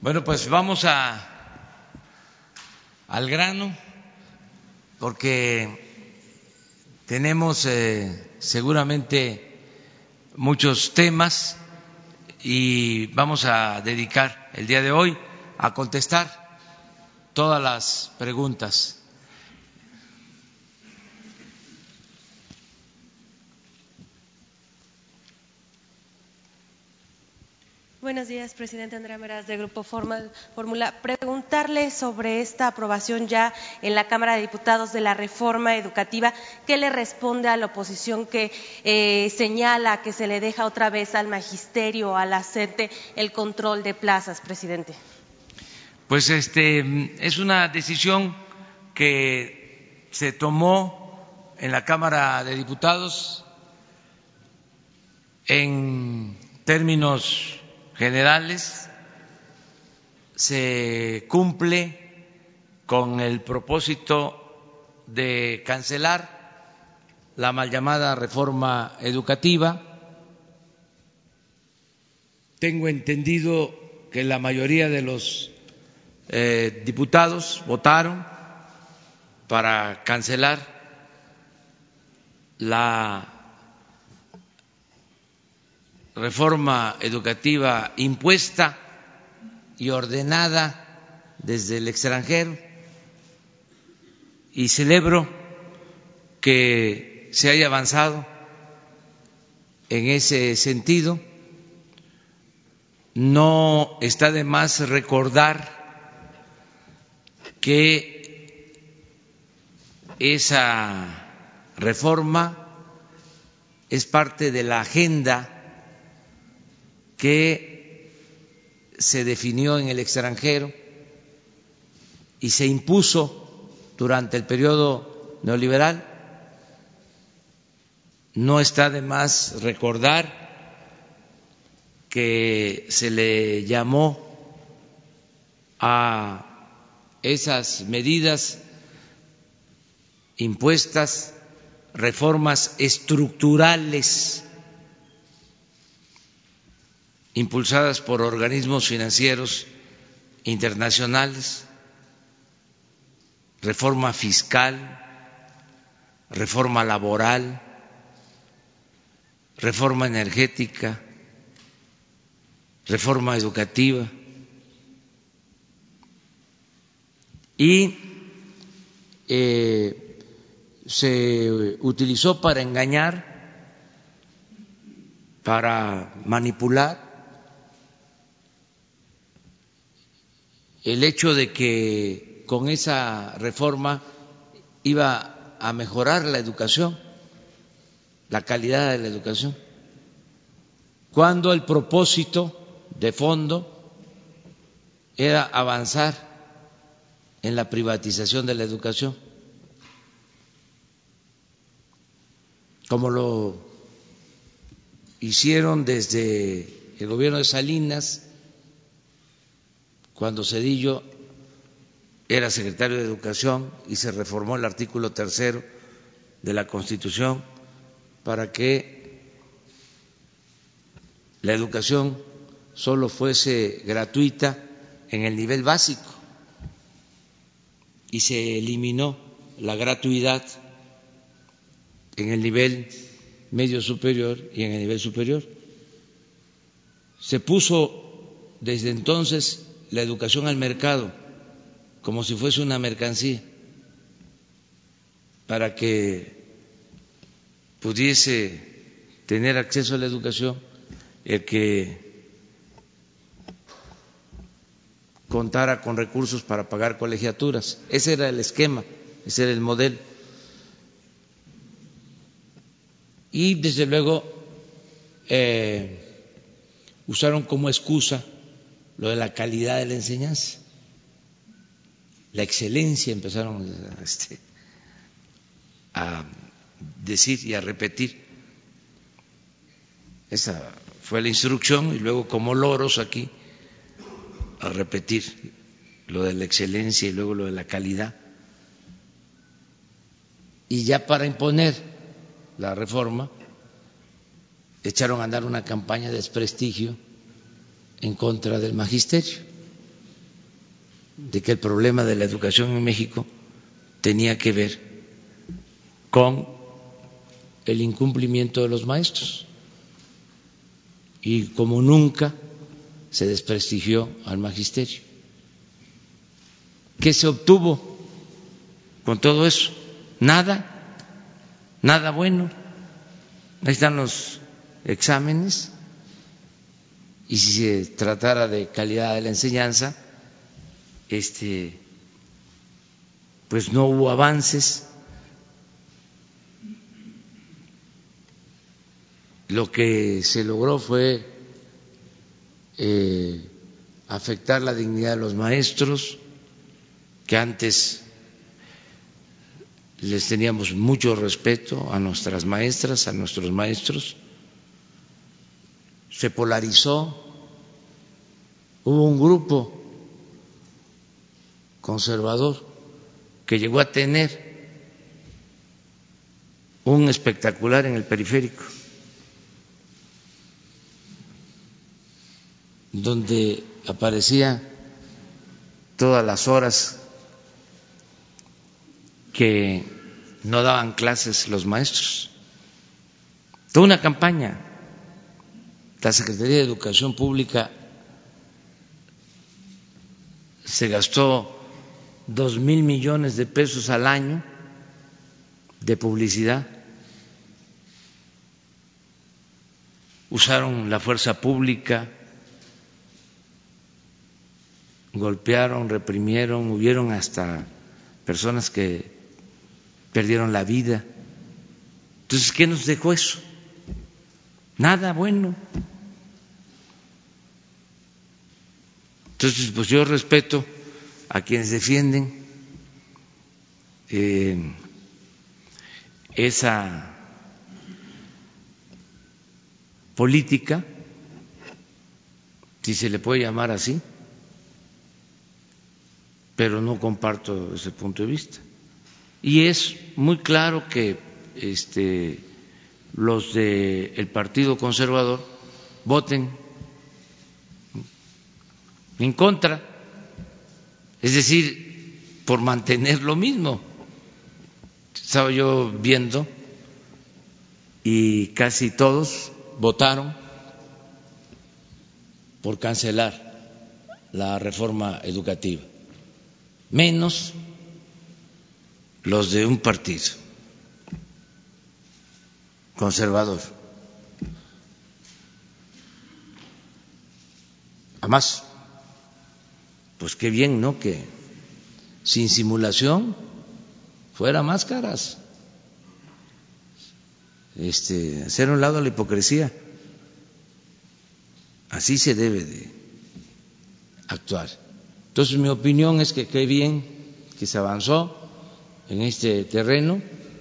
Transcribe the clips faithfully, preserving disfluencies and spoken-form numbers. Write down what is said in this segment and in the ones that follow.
Bueno, pues vamos a, al grano, porque tenemos eh, seguramente muchos temas y vamos a dedicar el día de hoy a contestar todas las preguntas. Buenos días, presidente Andrea Meraz, de Grupo Fórmula. Preguntarle sobre esta aprobación ya en la Cámara de Diputados de la reforma educativa. ¿Qué le responde a la oposición que eh, señala que se le deja otra vez al magisterio, a la SENTE, el control de plazas, presidente? Pues este es una decisión que se tomó en la Cámara de Diputados en términos generales. Se cumple con el propósito de cancelar la mal llamada reforma educativa. Tengo entendido que la mayoría de los eh, diputados votaron para cancelar la reforma educativa impuesta y ordenada desde el extranjero, y celebro que se haya avanzado en ese sentido. No está de más recordar que esa reforma es parte de la agenda que se definió en el extranjero y se impuso durante el periodo neoliberal. No está de más recordar que se le llamó a esas medidas impuestas reformas estructurales impulsadas por organismos financieros internacionales, reforma fiscal, reforma laboral, reforma energética, reforma educativa, y eh, se utilizó para engañar, para manipular. El hecho de que con esa reforma iba a mejorar la educación, la calidad de la educación, cuando el propósito de fondo era avanzar en la privatización de la educación, como lo hicieron desde el gobierno de Salinas, cuando Zedillo era secretario de Educación y se reformó el artículo tercero de la Constitución para que la educación solo fuese gratuita en el nivel básico y se eliminó la gratuidad en el nivel medio superior y en el nivel superior. Se puso desde entonces la educación al mercado como si fuese una mercancía para que pudiese tener acceso a la educación el que contara con recursos para pagar colegiaturas. Ese era el esquema, ese era el modelo. Y desde luego eh, usaron como excusa lo de la calidad de la enseñanza, la excelencia, empezaron este, a decir y a repetir. Esa fue la instrucción, y luego como loros aquí a repetir lo de la excelencia y luego lo de la calidad. Y ya para imponer la reforma echaron a andar una campaña de desprestigio en contra del magisterio. de que el problema de la educación en México tenía que ver con el incumplimiento de los maestros. Y como nunca se desprestigió al magisterio. ¿Qué se obtuvo con todo eso? Nada, nada bueno. Ahí están los exámenes, y si se tratara de calidad de la enseñanza, este, pues no hubo avances. Lo que se logró fue eh, afectar la dignidad de los maestros, que antes les teníamos mucho respeto a nuestras maestras, a nuestros maestros. Se polarizó, hubo un grupo conservador que llegó a tener un espectacular en el Periférico, donde aparecía todas las horas que no daban clases los maestros. Toda una campaña. La Secretaría de Educación Pública se gastó dos mil millones de pesos al año de publicidad. Usaron la fuerza pública, golpearon, reprimieron, hubieron hasta personas que perdieron la vida. Entonces, ¿qué nos dejó eso? Nada bueno. Entonces, pues yo respeto a quienes defienden eh, esa política, si se le puede llamar así, pero no comparto ese punto de vista. Y es muy claro que este, los del Partido Conservador voten en contra, es decir, por mantener lo mismo. Estaba yo viendo y casi todos votaron por cancelar la reforma educativa, menos los de un partido conservador. Además, pues qué bien, ¿no?, que sin simulación fuera máscaras, este, hacer a un lado la hipocresía. Así se debe de actuar. Entonces, mi opinión es que qué bien que se avanzó en este terreno.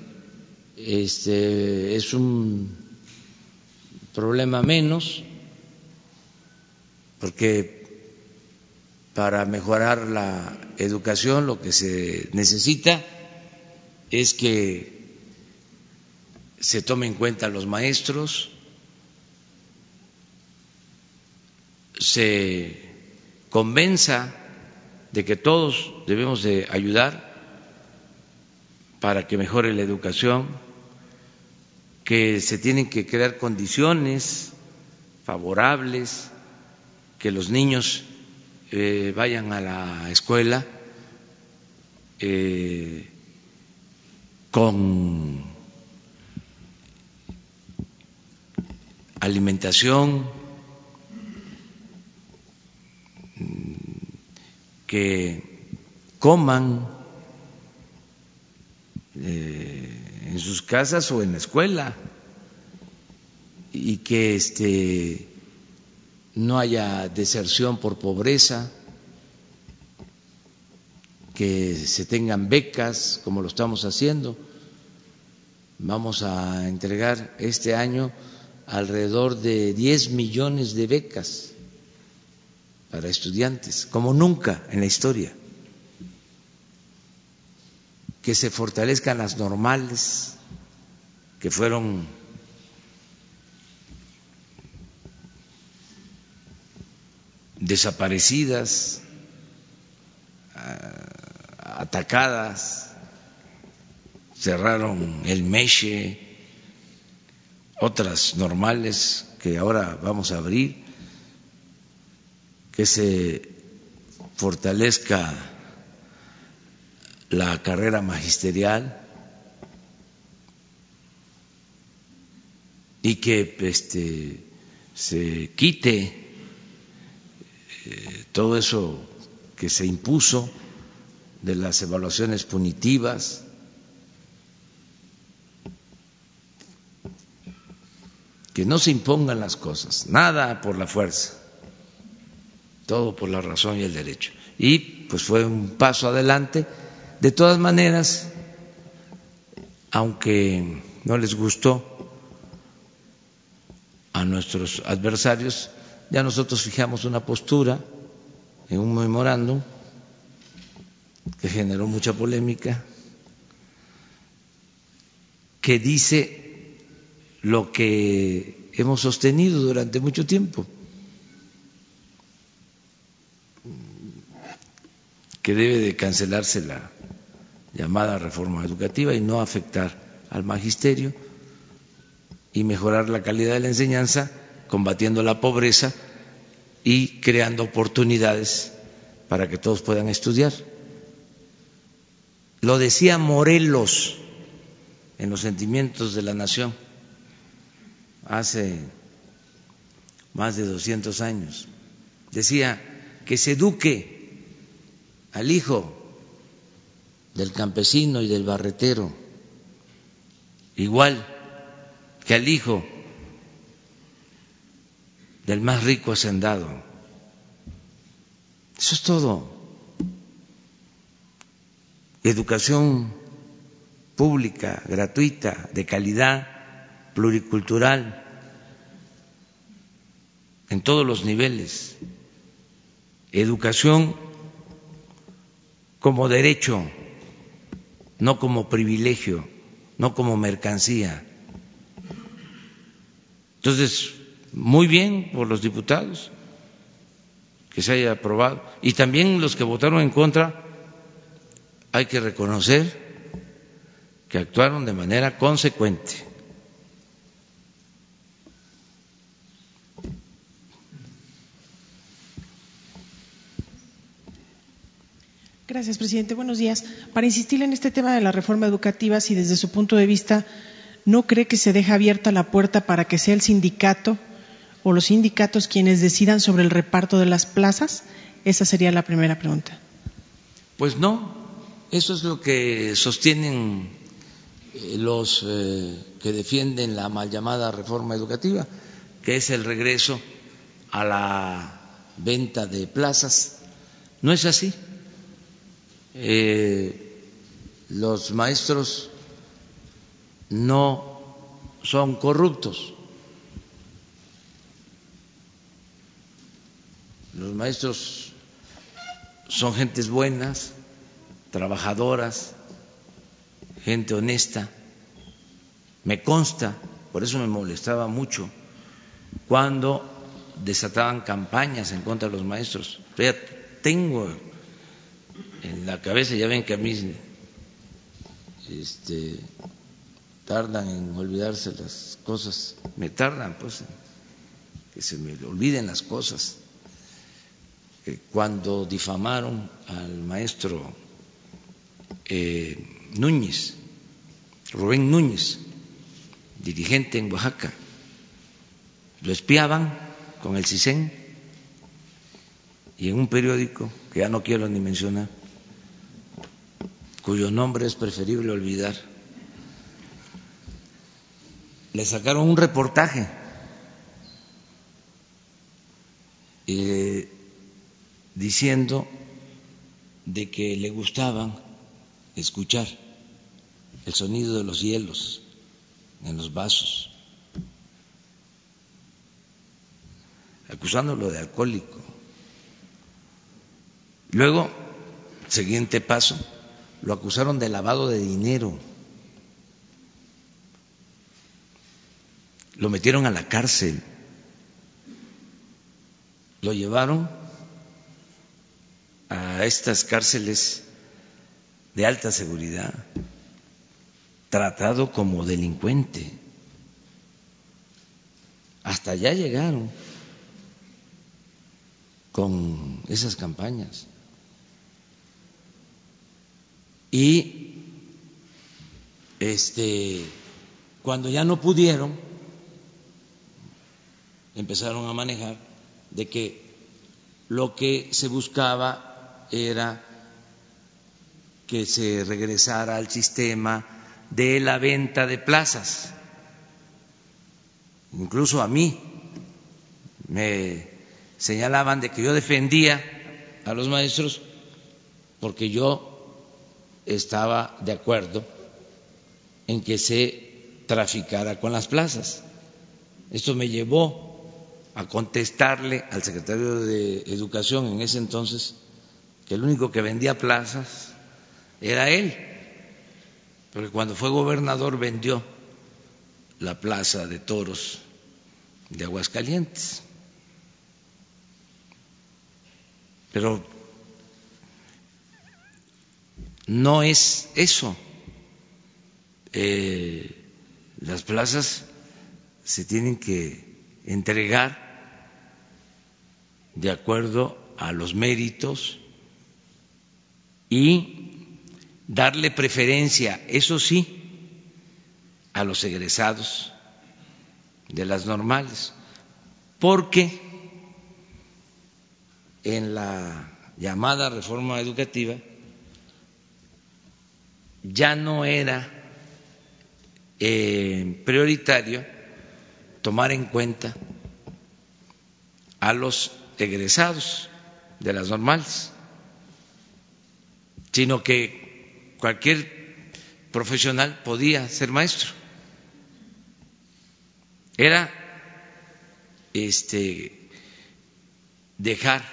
Este es un problema menos, porque para mejorar la educación lo que se necesita es que se tome en cuenta a los maestros, se convenza de que todos debemos de ayudar para que mejore la educación, que se tienen que crear condiciones favorables, que los niños eh, vayan a la escuela eh, con alimentación, que coman eh, en sus casas o en la escuela, y que este no haya deserción por pobreza, que se tengan becas como lo estamos haciendo. Vamos a entregar este año alrededor de diez millones de becas para estudiantes, como nunca en la historia. Que se fortalezcan las normales, que fueron desaparecidas atacadas, cerraron el Meche, otras normales que ahora vamos a abrir, que se fortalezca la carrera magisterial y que este, se quite eh, todo eso que se impuso de las evaluaciones punitivas, que no se impongan las cosas, nada por la fuerza, todo por la razón y el derecho. Y pues fue un paso adelante. De todas maneras, aunque no les gustó a nuestros adversarios, ya nosotros fijamos una postura en un memorándum que generó mucha polémica, que dice lo que hemos sostenido durante mucho tiempo, que debe de cancelarse la llamada reforma educativa y no afectar al magisterio y mejorar la calidad de la enseñanza, combatiendo la pobreza y creando oportunidades para que todos puedan estudiar. Lo decía Morelos en Los Sentimientos de la Nación hace más de doscientos años. Decía que se eduque al hijo del campesino y del barretero igual que al hijo del más rico hacendado. Eso es todo. Educación pública, gratuita, de calidad, pluricultural, en todos los niveles. Educación como derecho, no como privilegio, no como mercancía. Entonces, muy bien por los diputados que se haya aprobado, y también los que votaron en contra, hay que reconocer que actuaron de manera consecuente. Gracias, presidente. Buenos días. Para insistir en este tema de la reforma educativa, si desde su punto de vista no cree que se deja abierta la puerta para que sea el sindicato o los sindicatos quienes decidan sobre el reparto de las plazas, esa sería la primera pregunta. Pues no, eso es lo que sostienen los eh, que defienden la mal llamada reforma educativa, que es el regreso a la venta de plazas. No es así. Eh, los maestros no son corruptos. Los maestros son gentes buenas, trabajadoras, gente honesta. Me consta, por eso me molestaba mucho cuando desataban campañas en contra de los maestros. Ya tengo en la cabeza, ya ven que a mí este, tardan en olvidarse las cosas, me tardan pues que se me olviden las cosas. Cuando difamaron al maestro eh, Núñez, Rubén Núñez, dirigente en Oaxaca, lo espiaban con el CISEN y en un periódico que ya no quiero ni mencionar, cuyo nombre es preferible olvidar, le sacaron un reportaje eh, diciendo de que le gustaban escuchar el sonido de los hielos en los vasos, acusándolo de alcohólico. Luego, siguiente paso, lo acusaron de lavado de dinero, lo metieron a la cárcel, lo llevaron a a estas cárceles de alta seguridad, tratado como delincuente. Hasta allá llegaron con esas campañas. Y este cuando ya no pudieron, empezaron a manejar de que lo que se buscaba era que se regresara al sistema de la venta de plazas. Incluso a mí me señalaban de que yo defendía a los maestros porque yo estaba de acuerdo en que se traficara con las plazas. Esto me llevó a contestarle al secretario de Educación en ese entonces que el único que vendía plazas era él, porque cuando fue gobernador vendió la plaza de toros de Aguascalientes. Pero no es eso. Eh, las plazas se tienen que entregar de acuerdo a los méritos y darle preferencia, eso sí, a los egresados de las normales, porque en la llamada reforma educativa ya no era eh, prioritario tomar en cuenta a los egresados de las normales, sino que cualquier profesional podía ser maestro. Era este dejar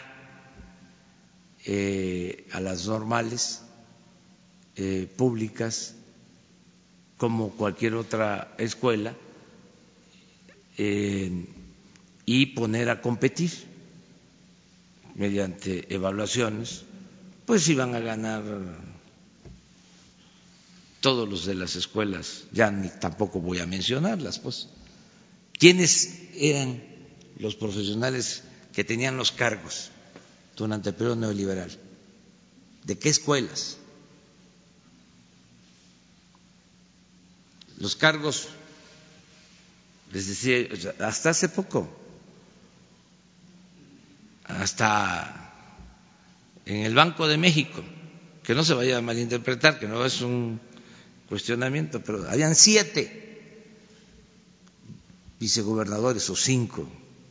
eh, a las normales eh, públicas como cualquier otra escuela eh, y poner a competir mediante evaluaciones, pues iban a ganar todos los de las escuelas, ya ni tampoco voy a mencionarlas, pues. ¿Quiénes eran los profesionales que tenían los cargos durante el periodo neoliberal? ¿De qué escuelas? Los cargos, les decía, hasta hace poco, hasta en el Banco de México, que no se vaya a malinterpretar, que no es un cuestionamiento, pero habían siete vicegobernadores o cinco.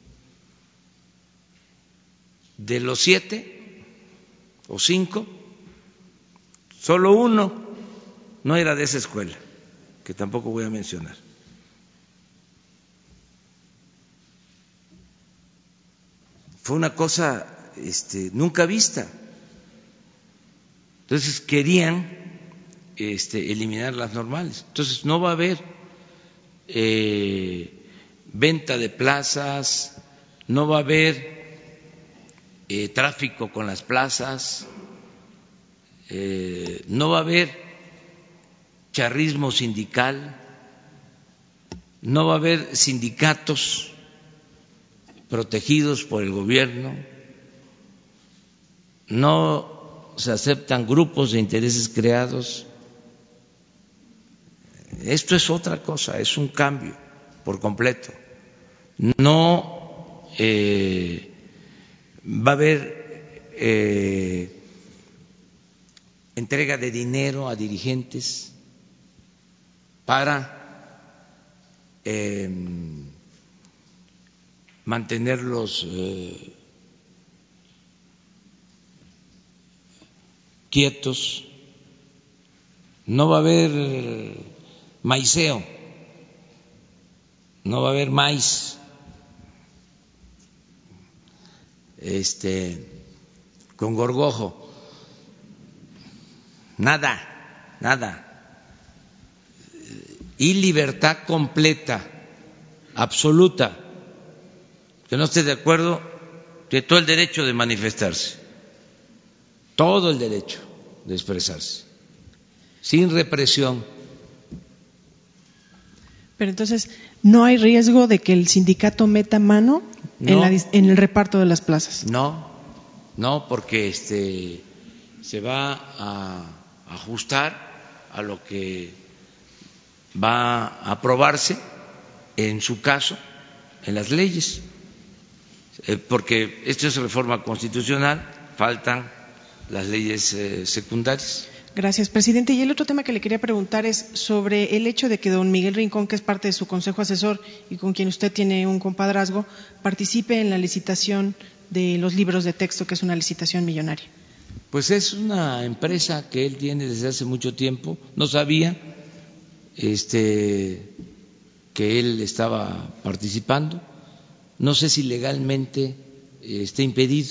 De los siete o cinco, solo uno no era de esa escuela, que tampoco voy a mencionar. Fue una cosa este, nunca vista. Entonces querían este, eliminar las normales. Entonces no va a haber eh, venta de plazas, no va a haber eh, tráfico con las plazas, eh, no va a haber charrismo sindical, no va a haber sindicatos protegidos por el gobierno, no se aceptan grupos de intereses creados. Esto es otra cosa, es un cambio por completo. No eh, va a haber eh, entrega de dinero a dirigentes para eh, mantenerlos eh, quietos. No va a haber maiceo, no va a haber maíz este con gorgojo, nada, nada. Y libertad completa, absoluta. Que no esté de acuerdo, de todo el derecho de manifestarse. todo el derecho de expresarse, sin represión. Pero entonces, ¿no hay riesgo de que el sindicato meta mano No. en, la, en el reparto de las plazas? No, no, porque este se va a ajustar a lo que va a aprobarse en su caso en las leyes, eh, porque esto es reforma constitucional, faltan las leyes eh, secundarias. Gracias, presidente. Y el otro tema que le quería preguntar es sobre el hecho de que don Miguel Rincón, que es parte de su consejo asesor y con quien usted tiene un compadrazgo, participe en la licitación de los libros de texto, que es una licitación millonaria. Pues es una empresa que él tiene desde hace mucho tiempo. No sabía este, que él estaba participando. No sé si legalmente eh, está impedido.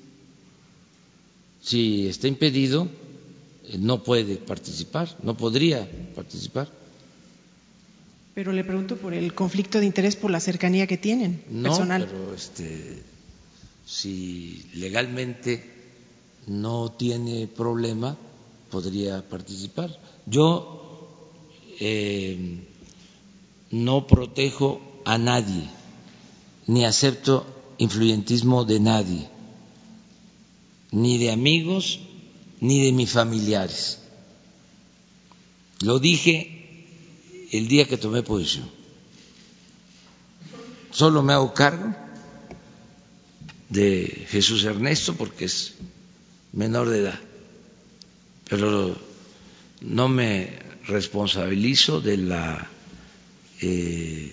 Si está impedido, no puede participar, no podría participar. Pero le pregunto por el conflicto de interés, por la cercanía que tienen No, personal. pero este, si legalmente no tiene problema, podría participar. Yo eh, no protejo a nadie, ni acepto influyentismo de nadie, ni de amigos, ni de mis familiares. Lo dije el día que tomé posesión. Solo me hago cargo de Jesús Ernesto porque es menor de edad, pero no me responsabilizo de la eh,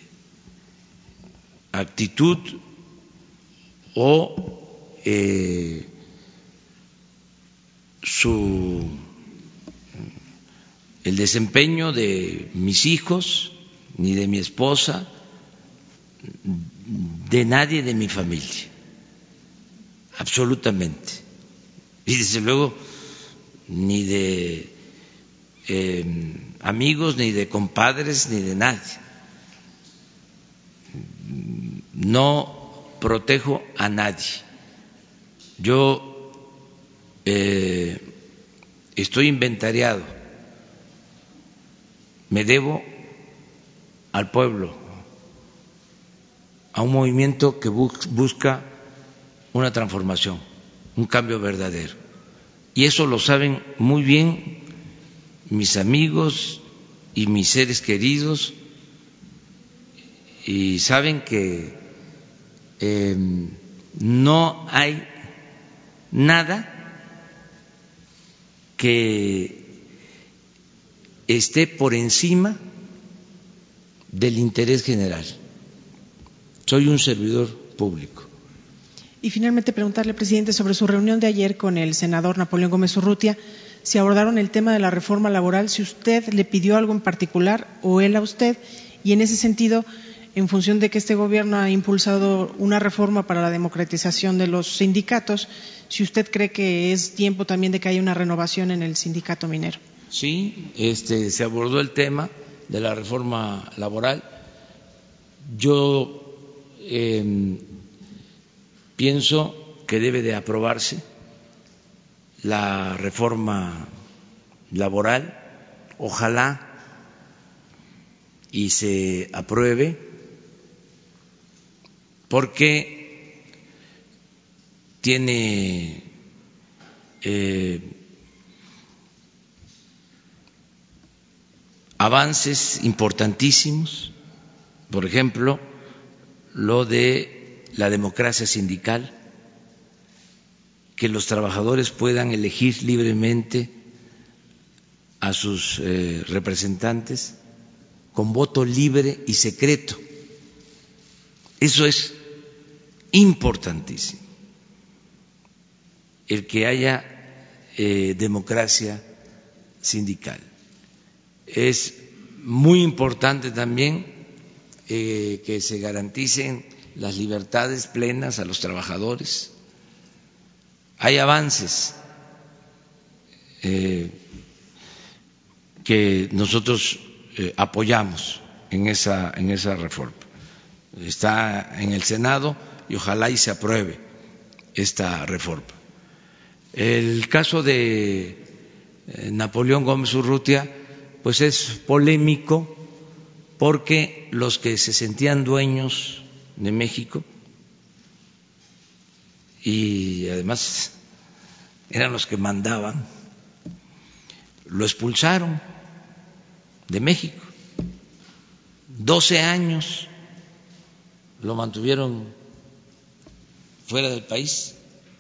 actitud o eh, su el desempeño de mis hijos, ni de mi esposa, de nadie de mi familia, absolutamente. Y desde luego ni de eh, amigos, ni de compadres, ni de nadie. No protejo a nadie. Yo Eh, estoy inventariado, me debo al pueblo, a un movimiento que busca una transformación, un cambio verdadero. Y eso lo saben muy bien mis amigos y mis seres queridos, y saben que eh, no hay nada que esté por encima del interés general. Soy un servidor público. Y finalmente preguntarle, presidente, sobre su reunión de ayer con el senador Napoleón Gómez Urrutia, si abordaron el tema de la reforma laboral, si usted le pidió algo en particular o él a usted, y en ese sentido, en función de que este gobierno ha impulsado una reforma para la democratización de los sindicatos, si usted cree que es tiempo también de que haya una renovación en el sindicato minero. Sí, este, se abordó el tema de la reforma laboral. Yo eh, pienso que debe de aprobarse la reforma laboral, ojalá y se apruebe, porque tiene eh, avances importantísimos, por ejemplo, lo de la democracia sindical, que los trabajadores puedan elegir libremente a sus eh, representantes con voto libre y secreto. Eso es importantísimo, el que haya eh, democracia sindical. Es muy importante también eh, que se garanticen las libertades plenas a los trabajadores. Hay avances eh, que nosotros eh, apoyamos en esa, en esa reforma. Está en el Senado y ojalá y se apruebe esta reforma. El caso de Napoleón Gómez Urrutia, pues es polémico porque los que se sentían dueños de México y además eran los que mandaban, lo expulsaron de México. Doce años lo mantuvieron fuera del país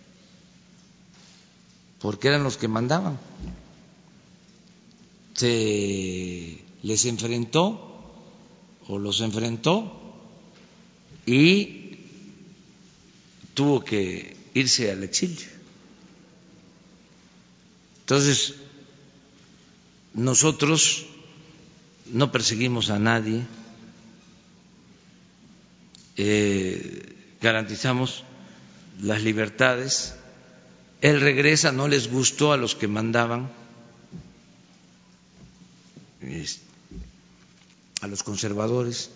porque eran los que mandaban. Se les enfrentó o los enfrentó y tuvo que irse al exilio. Entonces, nosotros no perseguimos a nadie, eh, garantizamos las libertades. Él regresa, no les gustó a los que mandaban, a los conservadores,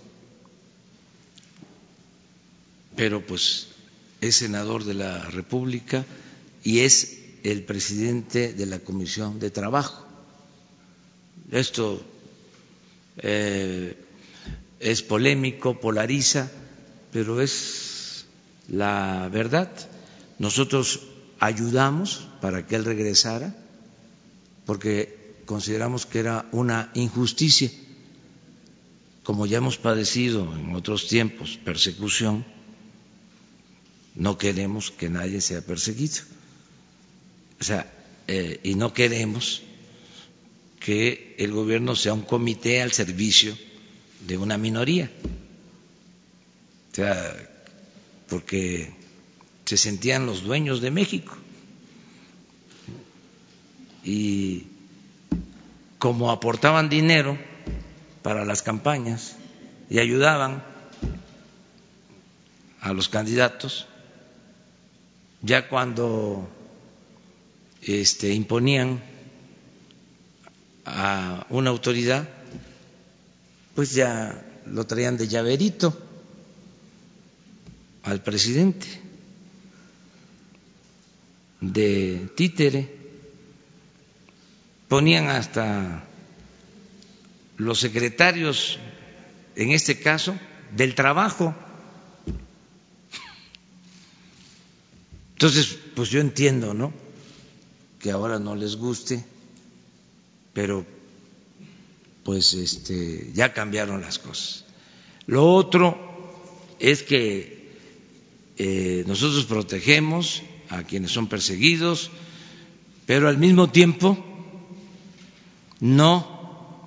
pero pues es senador de la República y es el presidente de la Comisión de Trabajo. Esto eh, es polémico, polariza, pero es la verdad. Nosotros ayudamos para que él regresara porque consideramos que era una injusticia. Como ya hemos padecido en otros tiempos persecución, no queremos que nadie sea perseguido. O sea, eh, y no queremos que el gobierno sea un comité al servicio de una minoría. O sea, porque se sentían los dueños de México. Y como aportaban dinero para las campañas y ayudaban a los candidatos, ya cuando este, imponían a una autoridad, pues ya lo traían de llaverito al presidente, de títere, ponían hasta los secretarios, en este caso, del trabajo. Entonces, pues yo entiendo, ¿no?, que ahora no les guste, pero pues este ya cambiaron las cosas. Lo otro es que eh, nosotros protegemos a quienes son perseguidos, pero al mismo tiempo no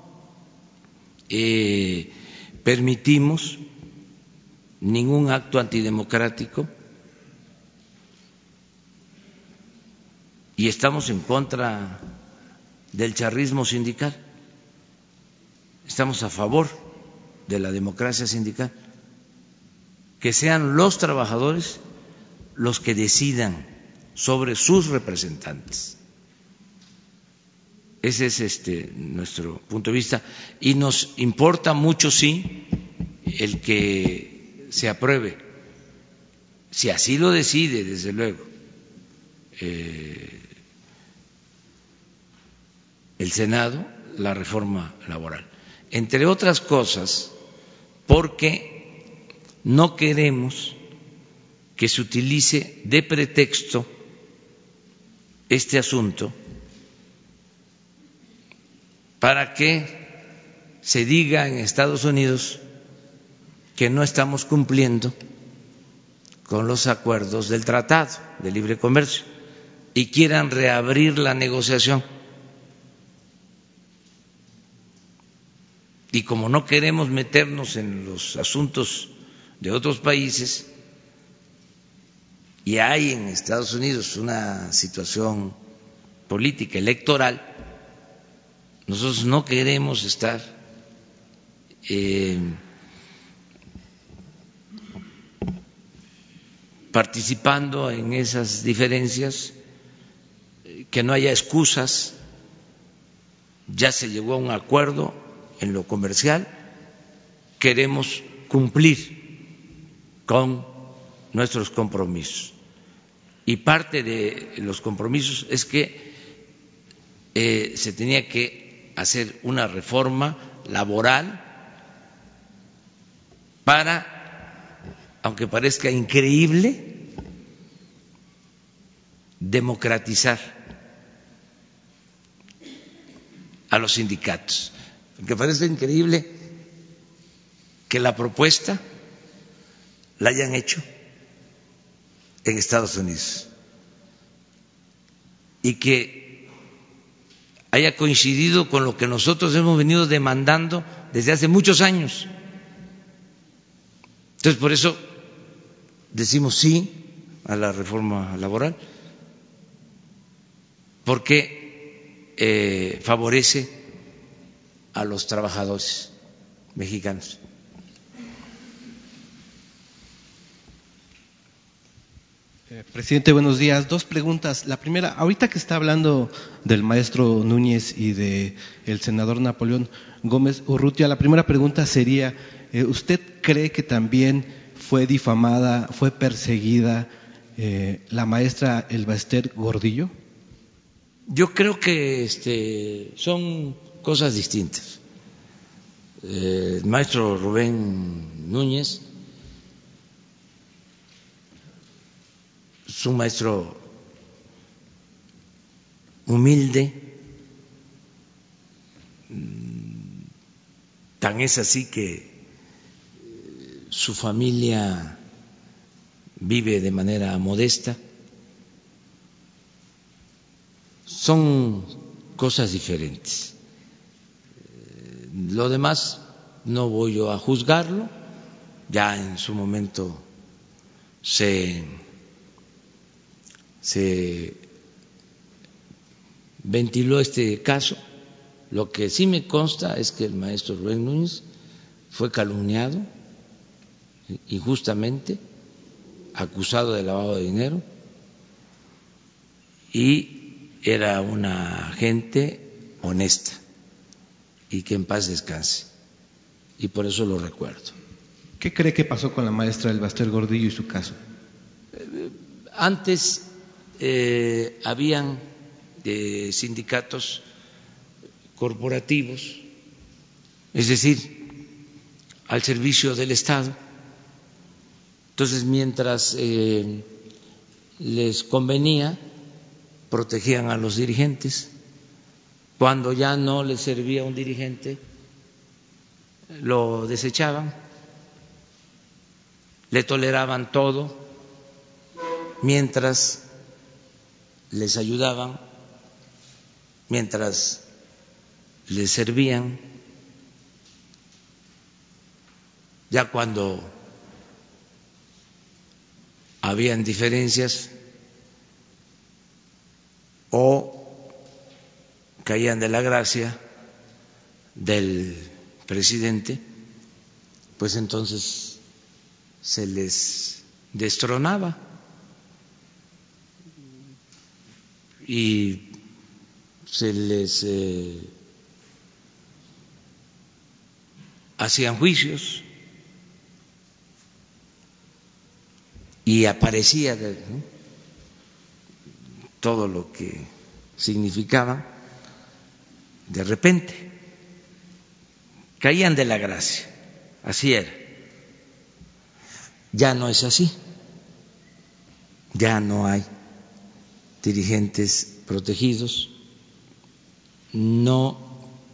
eh, permitimos ningún acto antidemocrático y estamos en contra del charrismo sindical. Estamos a favor de la democracia sindical, que sean los trabajadores los que decidan sobre sus representantes. Ese es este nuestro punto de vista y nos importa mucho, sí, el que se apruebe, si así lo decide, desde luego, eh, el Senado, la reforma laboral, entre otras cosas, porque no queremos que se utilice de pretexto este asunto para que se diga en Estados Unidos que no estamos cumpliendo con los acuerdos del Tratado de Libre Comercio y quieran reabrir la negociación. Y como no queremos meternos en los asuntos de otros países, y hay en Estados Unidos una situación política electoral, nosotros no queremos estar eh, participando en esas diferencias, que no haya excusas. Ya se llegó a un acuerdo en lo comercial, queremos cumplir con nuestros compromisos y parte de los compromisos es que eh, se tenía que hacer una reforma laboral para, aunque parezca increíble, democratizar a los sindicatos. Aunque parezca increíble que la propuesta la hayan hecho en Estados Unidos y que haya coincidido con lo que nosotros hemos venido demandando desde hace muchos años. Entonces, por eso decimos sí a la reforma laboral, porque eh, favorece a los trabajadores mexicanos. Eh, presidente, buenos días. Dos preguntas. La primera, ahorita que está hablando del maestro Núñez y de el senador Napoleón Gómez Urrutia, la primera pregunta sería, eh, ¿usted cree que también fue difamada, fue perseguida eh, la maestra Elba Ester Gordillo? Yo creo que este, son cosas distintas. Eh, el maestro Rubén Núñez es un maestro humilde, tan es así que su familia vive de manera modesta. Son cosas diferentes. Lo demás no voy yo a juzgarlo, ya en su momento se se ventiló este caso. Lo que sí me consta es que el maestro Rubén Núñez fue calumniado injustamente, acusado de lavado de dinero, y era una gente honesta, y que en paz descanse, y por eso lo recuerdo. ¿Qué cree que pasó con la maestra Elba Ester Gordillo y su caso? Antes eh, habían eh, sindicatos corporativos, es decir, al servicio del Estado. Entonces, mientras eh, les convenía, protegían a los dirigentes. Cuando ya no les servía un dirigente, lo desechaban, le toleraban todo, mientras les ayudaban, mientras les servían. Ya cuando habían diferencias o caían de la gracia del presidente, pues entonces se les destronaba y se les eh, hacían juicios y aparecía de, ¿no?, todo lo que significaba. De repente caían de la gracia, así era. Ya no es así, ya no hay dirigentes protegidos, no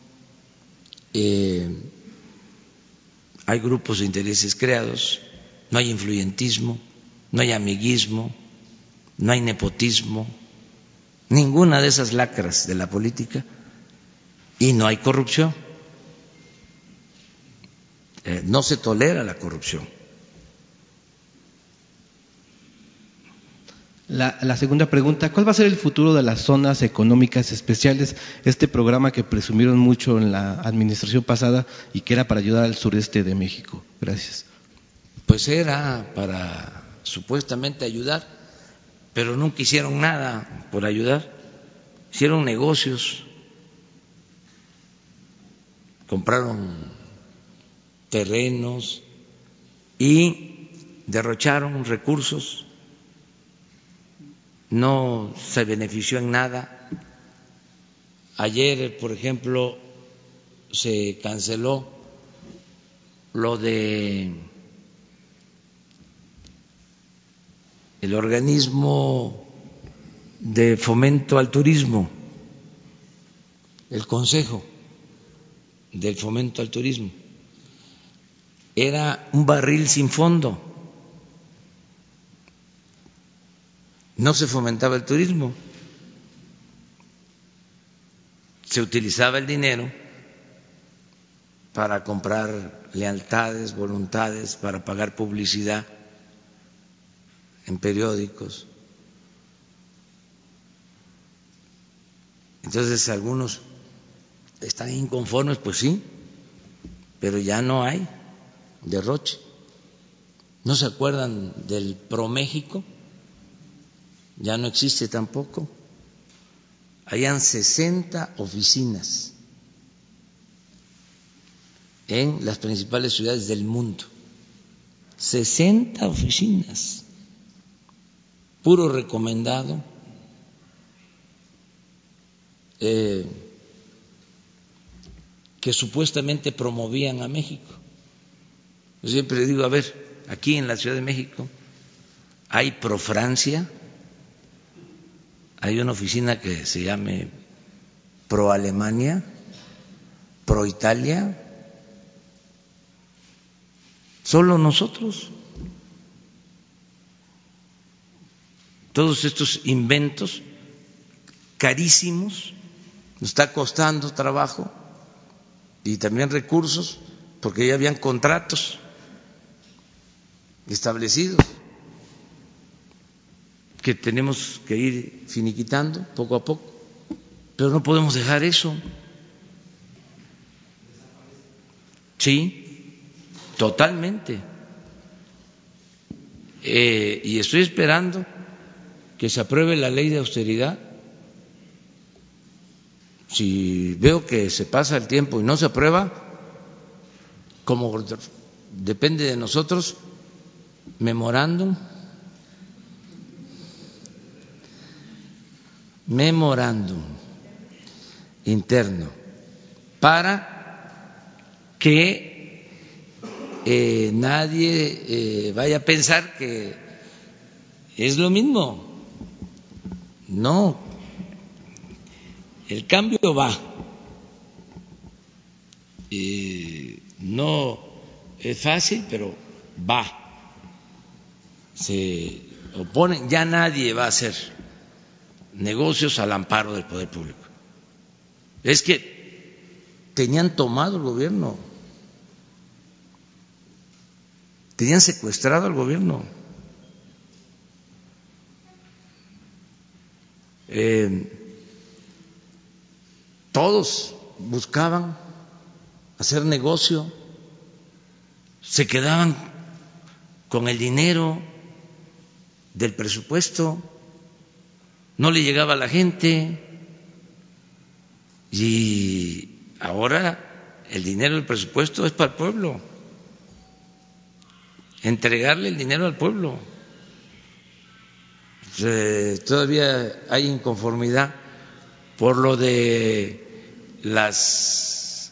eh, hay grupos de intereses creados, no hay influyentismo, no hay amiguismo, no hay nepotismo, ninguna de esas lacras de la política, y no hay corrupción. Eh, no se tolera la corrupción. La, la segunda pregunta, ¿cuál va a ser el futuro de las zonas económicas especiales? Este programa que presumieron mucho en la administración pasada y que era para ayudar al sureste de México. Gracias. Pues era para supuestamente ayudar, pero nunca hicieron nada por ayudar. Hicieron negocios, compraron terrenos y derrocharon recursos no se benefició en nada. Ayer, por ejemplo, se canceló lo de el organismo de fomento al turismo, el Consejo del Fomento al Turismo. Era un barril sin fondo. No se fomentaba el turismo. Se utilizaba el dinero para comprar lealtades, voluntades, para pagar publicidad en periódicos. Entonces algunos están inconformes, pues sí, pero ya no hay derroche. ¿No se acuerdan del ProMéxico? Ya no existe tampoco. Habían sesenta oficinas en las principales ciudades del mundo. sesenta oficinas. Puro recomendado. Eh, que supuestamente promovían a México. Yo siempre digo, a ver, aquí en la Ciudad de México hay Profrancia, hay una oficina que se llame Pro Alemania, Pro Italia, solo nosotros. Todos estos inventos carísimos, nos está costando trabajo y también recursos, porque ya habían contratos establecidos que tenemos que ir finiquitando poco a poco, pero no podemos dejar eso. Sí, totalmente. Eh, y estoy esperando que se apruebe la ley de austeridad. Si veo que se pasa el tiempo y no se aprueba, como depende de nosotros, memorándum, memorándum interno para que eh, nadie eh, vaya a pensar que es lo mismo. No. El cambio va, eh, no es fácil, pero va. Se oponen, ya nadie va a hacer negocios al amparo del poder público. Es que tenían tomado el gobierno, tenían secuestrado al gobierno. Eh, Todos buscaban hacer negocio, se quedaban con el dinero del presupuesto, no le llegaba a la gente y ahora el dinero del presupuesto es para el pueblo, entregarle el dinero al pueblo. Eh, todavía hay inconformidad por lo de las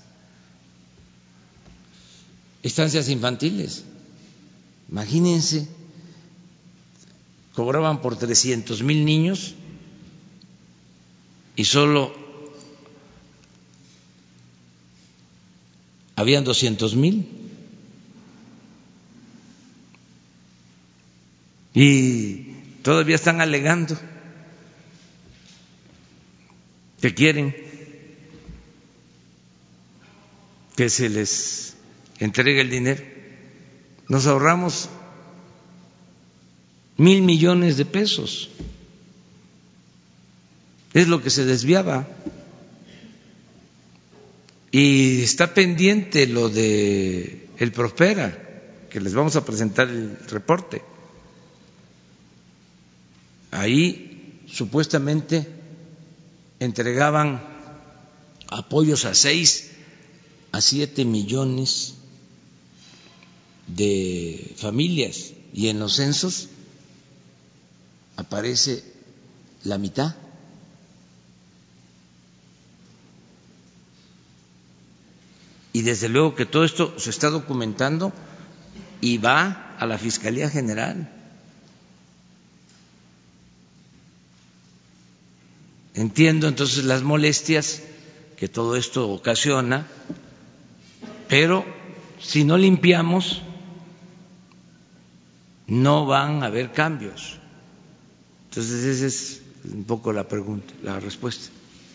estancias infantiles. Imagínense, cobraban por trescientos mil niños y solo habían doscientos mil. Y todavía están alegando que quieren que se les entregue el dinero. Nos ahorramos mil millones de pesos. Es lo que se desviaba. Y está pendiente lo de el Prospera, que les vamos a presentar el reporte. Ahí supuestamente entregaban apoyos a seis a siete millones de familias y en los censos aparece la mitad. Y desde luego que todo esto se está documentando y va a la Fiscalía General. Entiendo entonces las molestias que todo esto ocasiona, pero si no limpiamos, no van a haber cambios. Entonces esa es un poco la pregunta, la respuesta.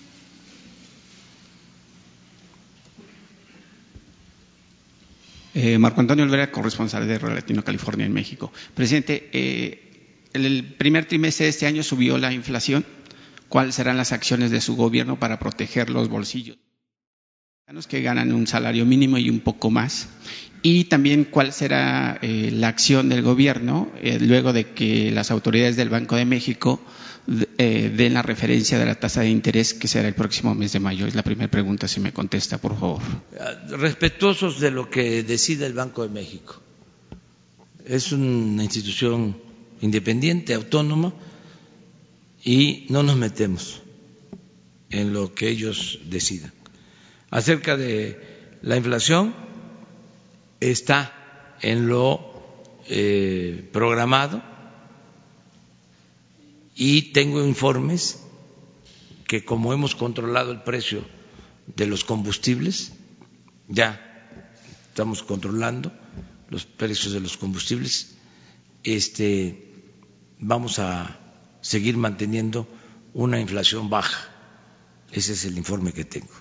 Eh, Marco Antonio Olvera, corresponsal de Radio Latino California en México. Presidente, eh, el primer trimestre de este año subió la inflación. ¿Cuáles serán las acciones de su gobierno para proteger los bolsillos de los que ganan un salario mínimo y un poco más? Y también, ¿cuál será eh, la acción del gobierno eh, luego de que las autoridades del Banco de México eh, den la referencia de la tasa de interés que será el próximo mes de mayo? Es la primera pregunta, si me contesta, por favor. Respetuosos de lo que decida el Banco de México. Es una institución independiente, autónoma, y no nos metemos en lo que ellos decidan. Acerca de la inflación, está en lo eh, programado y tengo informes que, como hemos controlado el precio de los combustibles, ya estamos controlando los precios de los combustibles, este, vamos a seguir manteniendo una inflación baja. Ese es el informe que tengo.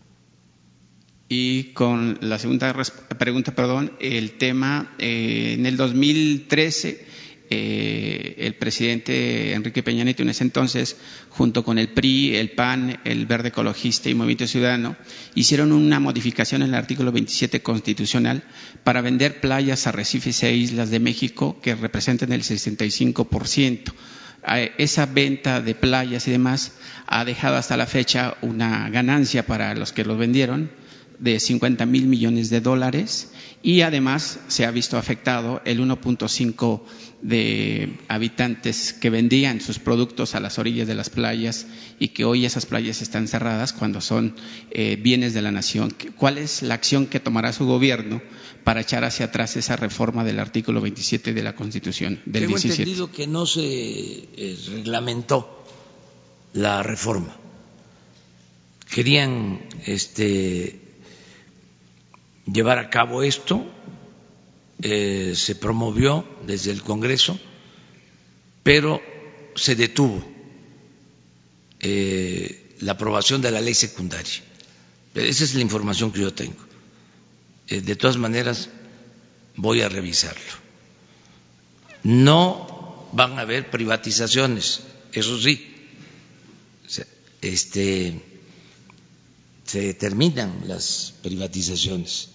Y con la segunda pregunta, perdón, el tema, eh, en el dos mil trece, eh, el presidente Enrique Peña Nieto en ese entonces, junto con el P R I, el P A N, el Verde Ecologista y Movimiento Ciudadano, hicieron una modificación en el artículo veintisiete constitucional para vender playas, arrecifes e islas de México que representan el sesenta y cinco por ciento. Esa venta de playas y demás ha dejado hasta la fecha una ganancia para los que los vendieron de cincuenta mil millones de dólares, y además se ha visto afectado el uno punto cinco de habitantes que vendían sus productos a las orillas de las playas y que hoy esas playas están cerradas cuando son eh, bienes de la nación. ¿Cuál es la acción que tomará su gobierno para echar hacia atrás esa reforma del artículo veintisiete de la Constitución del Tengo diecisiete? entendido que no se eh, reglamentó la reforma. Querían este llevar a cabo esto, eh, se promovió desde el Congreso, pero se detuvo eh, la aprobación de la ley secundaria. Esa es la información que yo tengo. Eh, de todas maneras, voy a revisarlo. No van a haber privatizaciones, eso sí. Este, se terminan las privatizaciones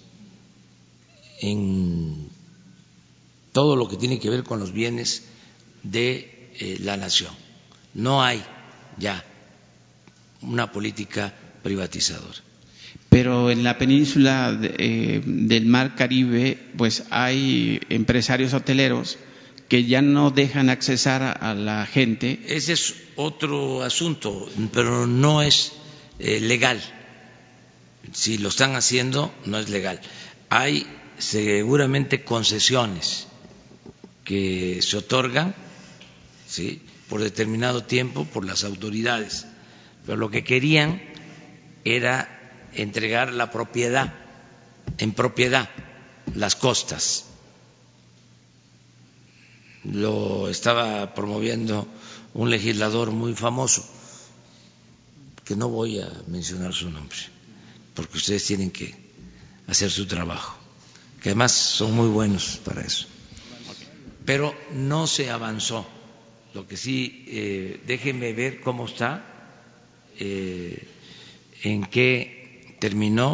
en todo lo que tiene que ver con los bienes de eh, la nación. No hay ya una política privatizadora. Pero en la península de, eh, del Mar Caribe, pues hay empresarios hoteleros que ya no dejan accesar a, a la gente. Ese es otro asunto, pero no es eh, legal. Si lo están haciendo, no es legal. Hay seguramente concesiones que se otorgan, ¿sí?, por determinado tiempo por las autoridades, pero lo que querían era entregar la propiedad, en propiedad, las costas. Lo estaba promoviendo un legislador muy famoso, que no voy a mencionar su nombre, porque ustedes tienen que hacer su trabajo, que además son muy buenos para eso. Pero no se avanzó. Lo que sí, eh, déjenme ver cómo está, eh, en qué terminó.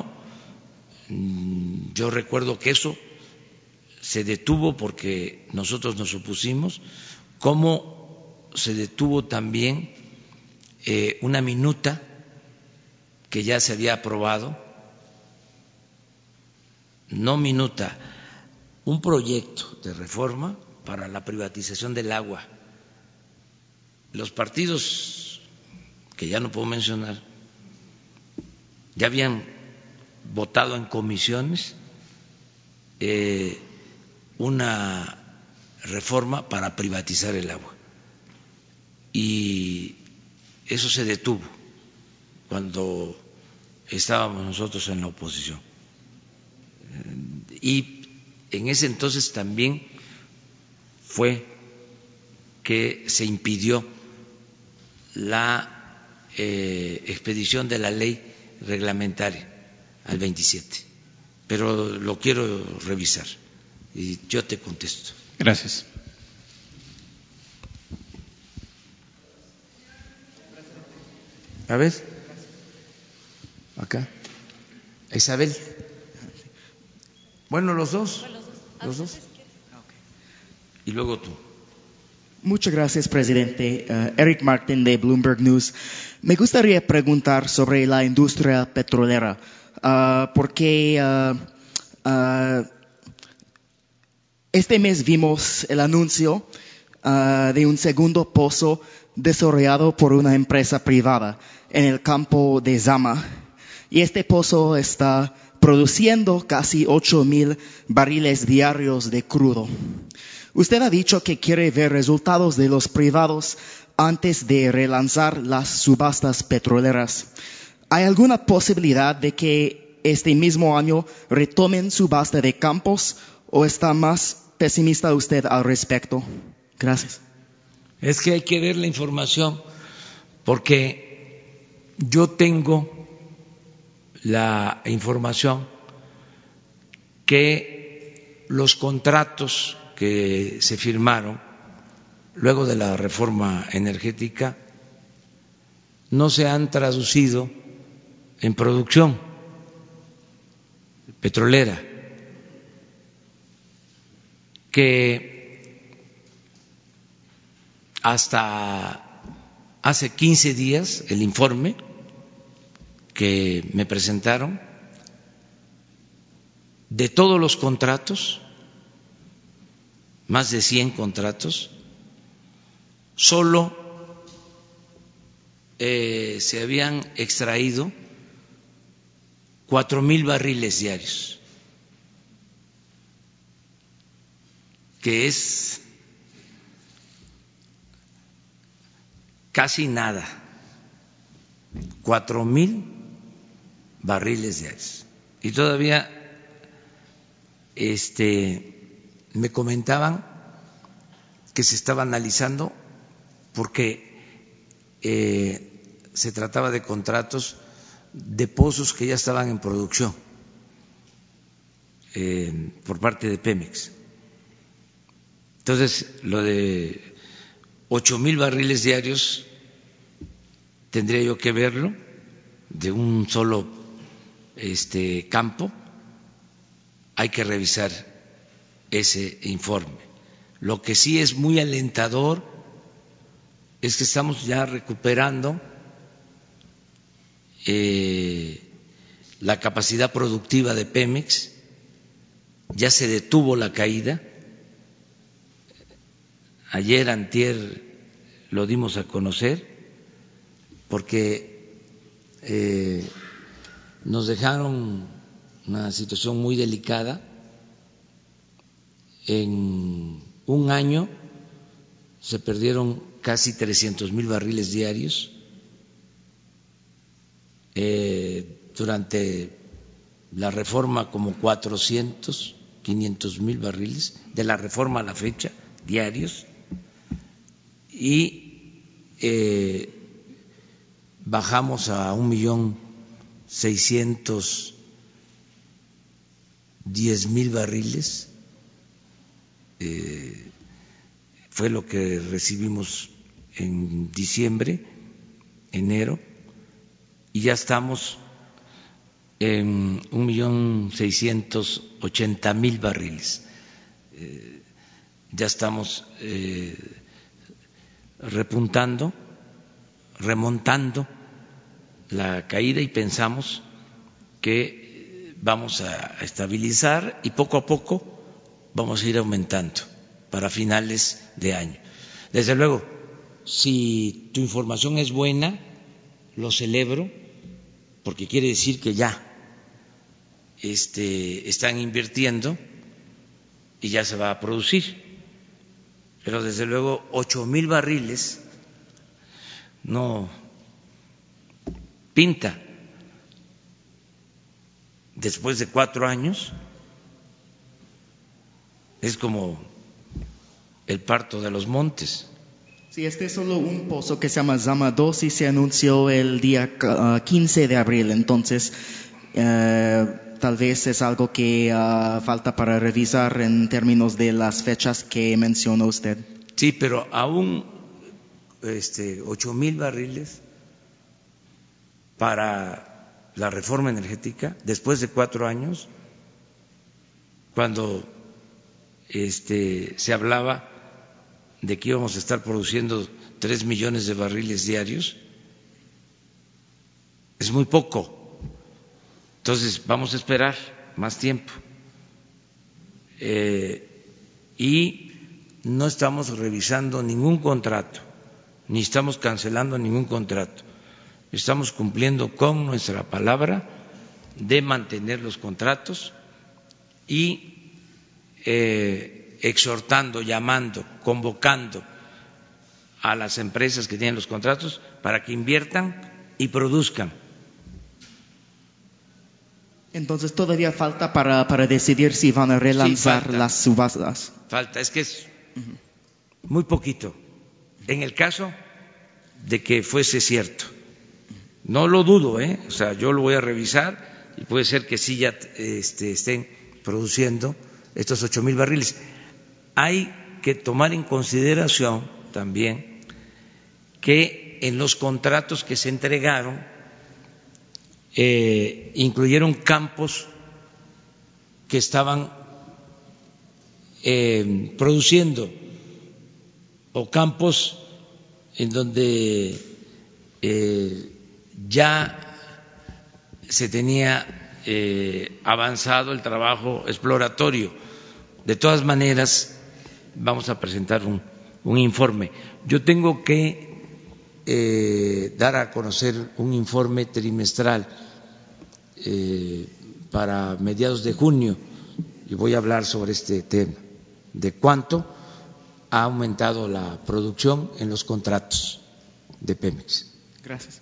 Yo recuerdo que eso se detuvo porque nosotros nos opusimos, como se detuvo también eh, una minuta que ya se había aprobado, no minuta, un proyecto de reforma para la privatización del agua. los partidos que ya no puedo mencionar ya habían votado en comisiones eh, una reforma para privatizar el agua y eso se detuvo cuando estábamos nosotros en la oposición. Y en ese entonces también fue que se impidió la eh, expedición de la ley reglamentaria al veintisiete, pero lo quiero revisar y yo te contesto. Gracias. A ver, acá, Isabel. Bueno, los dos, los dos. Y luego tú. Muchas gracias, presidente. Uh, Eric Martin de Bloomberg News. Me gustaría preguntar sobre la industria petrolera, uh, porque uh, uh, este mes vimos el anuncio uh, de un segundo pozo desarrollado por una empresa privada en el campo de Zama. Y este pozo está produciendo casi ocho mil barriles diarios de crudo. Usted ha dicho que quiere ver resultados de los privados antes de relanzar las subastas petroleras. ¿Hay alguna posibilidad de que este mismo año retomen subasta de campos o está más pesimista usted al respecto? Gracias. Es que hay que ver la información porque yo tengo la información que los contratos que se firmaron luego de la reforma energética no se han traducido en producción petrolera, que hasta hace quince días el informe que me presentaron de todos los contratos, más de cien contratos, solo eh, se habían extraído cuatro mil barriles diarios, que es casi nada, cuatro mil barriles diarios. Y todavía este me comentaban que se estaba analizando porque eh, se trataba de contratos de pozos que ya estaban en producción eh, por parte de Pemex. Entonces, lo de ocho mil barriles diarios tendría yo que verlo de un solo este campo. Hay que revisar ese informe. Lo que sí es muy alentador es que estamos ya recuperando eh, la capacidad productiva de Pemex, ya se detuvo la caída. Ayer, antier, lo dimos a conocer porque eh, nos dejaron una situación muy delicada. En un año se perdieron casi trescientos mil barriles diarios. Eh, durante la reforma como cuatrocientos, quinientos mil barriles, de la reforma a la fecha, diarios. Y eh, bajamos a un millón seiscientos diez mil barriles. Eh, fue lo que recibimos en diciembre, enero, y ya estamos en un millón seiscientos ochenta mil barriles. Eh, ya estamos eh, repuntando, remontando la caída y pensamos que vamos a estabilizar y poco a poco vamos a ir aumentando para finales de año. Desde luego, si tu información es buena, lo celebro, porque quiere decir que ya este, están invirtiendo y ya se va a producir. Pero desde luego ocho mil barriles no pinta. Después de cuatro años es como el parto de los montes. Sí, este es solo un pozo que se llama Zama dos y se anunció el día uh, quince de abril, entonces uh, tal vez es algo que uh, falta para revisar en términos de las fechas que mencionó usted. Sí, pero aún este, ocho mil barriles para la reforma energética después de cuatro años, cuando este, se hablaba de que íbamos a estar produciendo tres millones de barriles diarios, es muy poco. Entonces vamos a esperar más tiempo. Eh, y no estamos revisando ningún contrato, ni estamos cancelando ningún contrato. Estamos cumpliendo con nuestra palabra de mantener los contratos y eh, exhortando, llamando, convocando a las empresas que tienen los contratos para que inviertan y produzcan. Entonces todavía falta para, para decidir si van a relanzar sí, falta, las subastas. Falta, es que es muy poquito. En el caso de que fuese cierto, no lo dudo, ¿eh? O sea, yo lo voy a revisar y puede ser que sí ya este, estén produciendo estos ocho mil barriles. Hay que tomar en consideración también que en los contratos que se entregaron eh, incluyeron campos que estaban eh, produciendo o campos en donde eh, ya se tenía eh, avanzado el trabajo exploratorio. De todas maneras, vamos a presentar un, un informe. Yo tengo que eh, dar a conocer un informe trimestral eh, para mediados de junio y voy a hablar sobre este tema, de cuánto ha aumentado la producción en los contratos de Pemex. Gracias.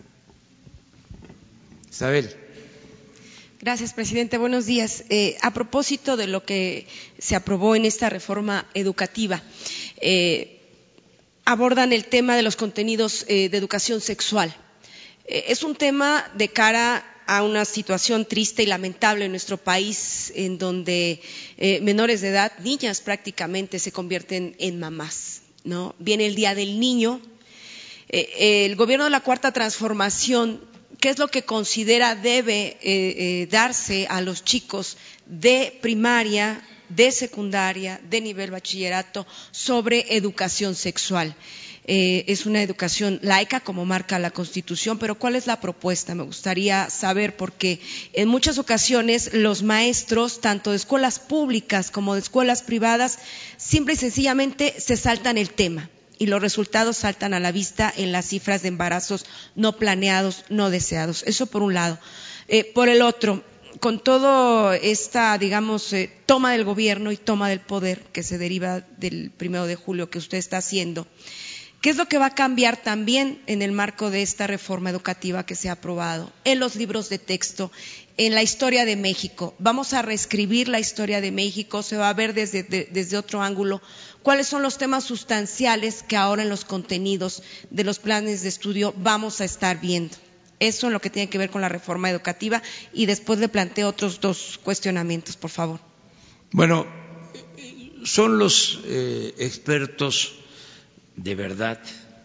Isabel. Gracias, presidente. Buenos días. Eh, a propósito de lo que se aprobó en esta reforma educativa, eh, abordan el tema de los contenidos eh, de educación sexual. Eh, es un tema de cara a una situación triste y lamentable en nuestro país, en donde eh, menores de edad, niñas prácticamente, se convierten en mamás, ¿no? Viene el Día del Niño. Eh, el gobierno de la Cuarta Transformación, ¿qué es lo que considera debe eh, eh, darse a los chicos de primaria, de secundaria, de nivel bachillerato sobre educación sexual? Eh, es una educación laica, como marca la Constitución, pero ¿cuál es la propuesta? Me gustaría saber, porque en muchas ocasiones los maestros, tanto de escuelas públicas como de escuelas privadas, simple y sencillamente se saltan el tema. Y los resultados saltan a la vista en las cifras de embarazos no planeados, no deseados. Eso por un lado. Eh, por el otro, con toda esta, digamos, eh, toma del gobierno y toma del poder que se deriva del primero de julio que usted está haciendo, ¿qué es lo que va a cambiar también en el marco de esta reforma educativa que se ha aprobado? En los libros de texto, en la historia de México. Vamos a reescribir la historia de México, se va a ver desde, de, desde otro ángulo. ¿Cuáles son los temas sustanciales que ahora en los contenidos de los planes de estudio vamos a estar viendo? Eso en lo que tiene que ver con la reforma educativa, y después le planteo otros dos cuestionamientos, por favor. Bueno, son los eh, expertos de verdad,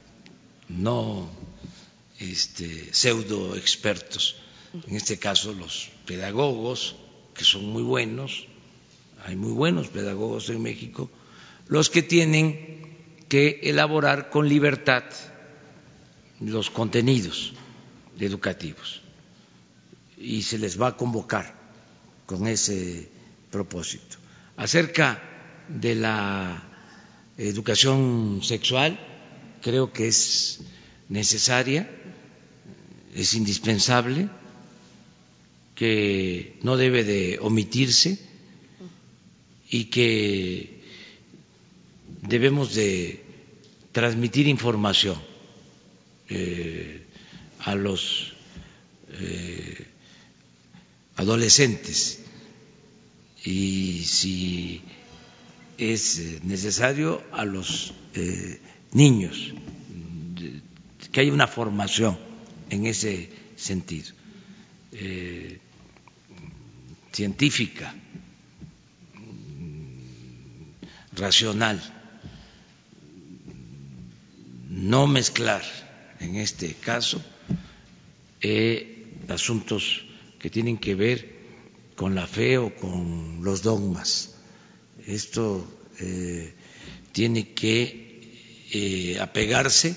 no este, pseudo expertos, en este caso los pedagogos, que son muy buenos, hay muy buenos pedagogos en México, los que tienen que elaborar con libertad los contenidos educativos y se les va a convocar con ese propósito. Acerca de la educación sexual, creo que es necesaria, es indispensable, que no debe de omitirse y que debemos de transmitir información eh, a los eh, adolescentes y si es necesario a los eh, niños, que haya una formación en ese sentido, eh, científica, racional, no mezclar en este caso eh, asuntos que tienen que ver con la fe o con los dogmas. Esto eh, tiene que eh, apegarse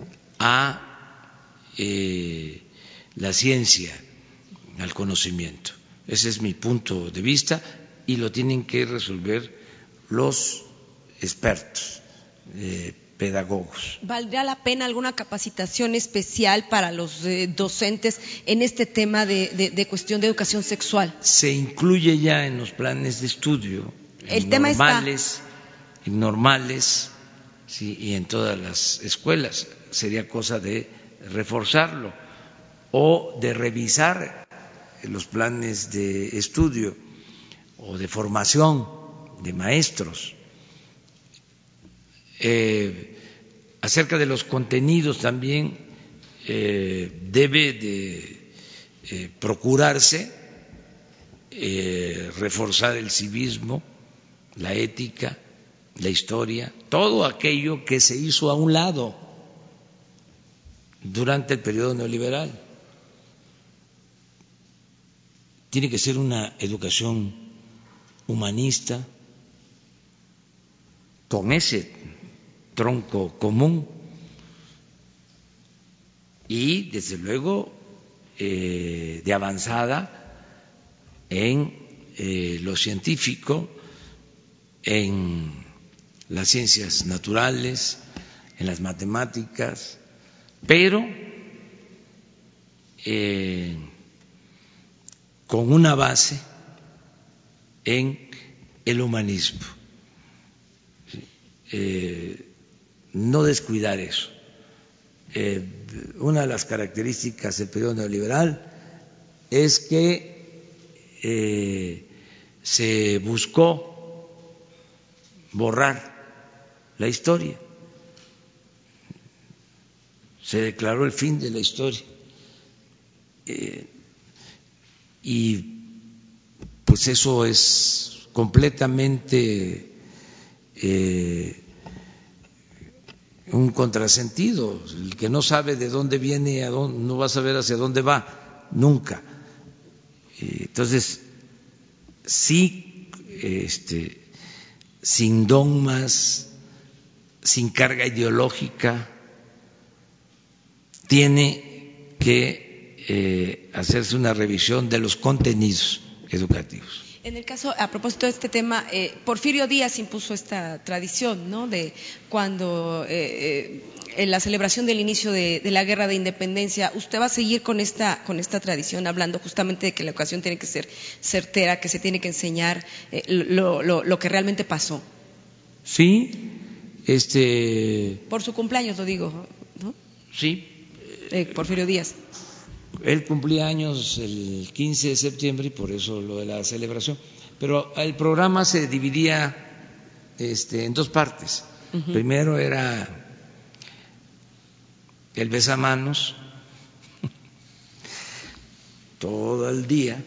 a eh, la ciencia, al conocimiento. Ese es mi punto de vista y lo tienen que resolver los expertos, eh, pedagogos. ¿Valdría la pena alguna capacitación especial para los eh, docentes en este tema de, de, de cuestión de educación sexual? Se incluye ya en los planes de estudio, El en tema normales, está... en normales, sí, y en todas las escuelas. Sería cosa de reforzarlo o de revisar los planes de estudio o de formación de maestros. Eh, acerca de los contenidos también eh, debe de eh, procurarse eh, reforzar el civismo, la ética, la historia, todo aquello que se hizo a un lado durante el periodo neoliberal. Tiene que ser una educación humanista con ese tronco común y, desde luego, eh, de avanzada en eh, lo científico, en las ciencias naturales, en las matemáticas, pero eh, con una base en el humanismo. Eh, no descuidar eso. Eh, una de las características del periodo neoliberal es que eh, se buscó borrar la historia, se declaró el fin de la historia eh, y pues eso es completamente eh, un contrasentido. El que no sabe de dónde viene, a dónde, no va a saber hacia dónde va nunca. Entonces, sí, este, sin dogmas, sin carga ideológica, tiene que eh, hacerse una revisión de los contenidos educativos. En el caso, a propósito de este tema, eh, Porfirio Díaz impuso esta tradición, ¿no?, de cuando eh, en la celebración del inicio de, de la Guerra de Independencia. ¿Usted va a seguir con esta con esta tradición, hablando justamente de que la educación tiene que ser certera, que se tiene que enseñar eh, lo, lo, lo que realmente pasó? Sí, este. Por su cumpleaños, lo digo, ¿no? Sí. Eh, Porfirio Díaz. Él cumplía años el quince de septiembre y por eso lo de la celebración. Pero el programa se dividía este, en dos partes. Uh-huh. Primero era el besamanos todo el día.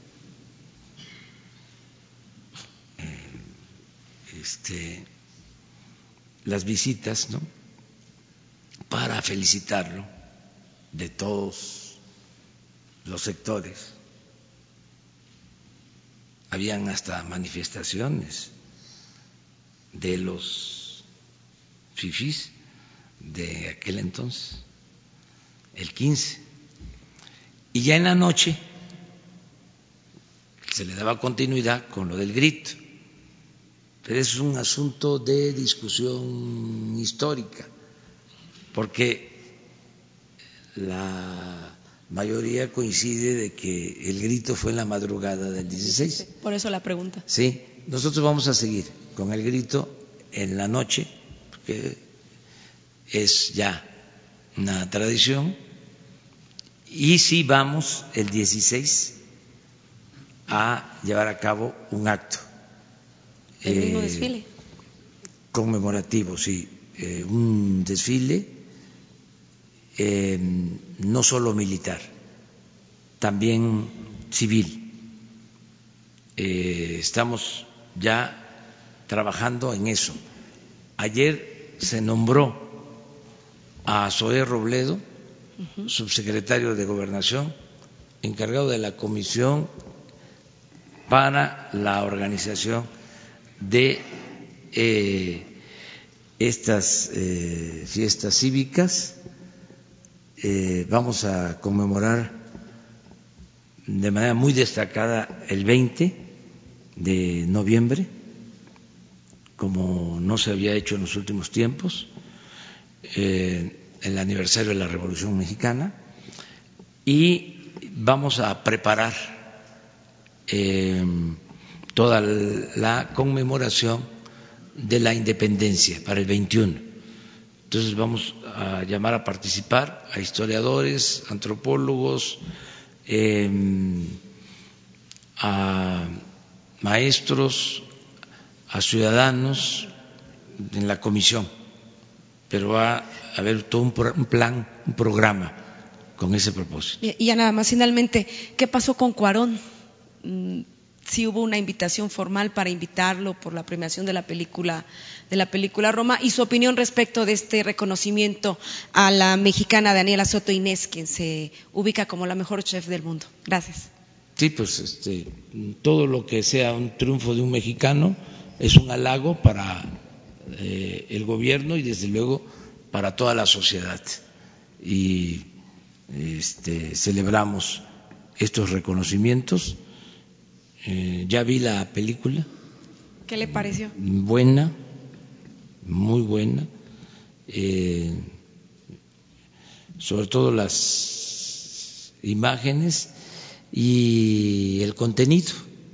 Este, las visitas, ¿no?, para felicitarlo de todos los sectores. Habían hasta manifestaciones de los fifís de aquel entonces, el quince, y ya en la noche se le daba continuidad con lo del grito. Pero es un asunto de discusión histórica. porque la mayoría coincide de que el grito fue en la madrugada del dieciséis. Por eso la pregunta. Sí, nosotros vamos a seguir con el grito en la noche, porque es ya una tradición, y sí vamos el dieciséis a llevar a cabo un acto. ¿El mismo eh, desfile? Conmemorativo, sí, eh, un desfile eh, no solo militar, también civil. Eh, estamos ya trabajando en eso. Ayer se nombró a Zoé Robledo, uh-huh. subsecretario de Gobernación, encargado de la Comisión para la organización de eh, estas eh, fiestas cívicas. Eh, vamos a conmemorar de manera muy destacada el veinte de noviembre, como no se había hecho en los últimos tiempos, eh, el aniversario de la Revolución Mexicana, y vamos a preparar eh, toda la conmemoración de la independencia para el veintiuno. Entonces vamos a llamar a participar a historiadores, antropólogos, eh, a maestros, a ciudadanos en la comisión, pero va a haber todo un plan, un programa con ese propósito. Y ya nada más, finalmente, ¿qué pasó con Cuarón? Sí hubo una invitación formal para invitarlo por la premiación de la película de la película Roma, y su opinión respecto de este reconocimiento a la mexicana Daniela Soto Inés, quien se ubica como la mejor chef del mundo. Gracias. Sí, pues este, todo lo que sea un triunfo de un mexicano es un halago para eh, el gobierno y desde luego para toda la sociedad, y este, celebramos estos reconocimientos. Eh, ya vi la película. ¿Qué le pareció? Buena, muy buena, eh, sobre todo las imágenes y el contenido.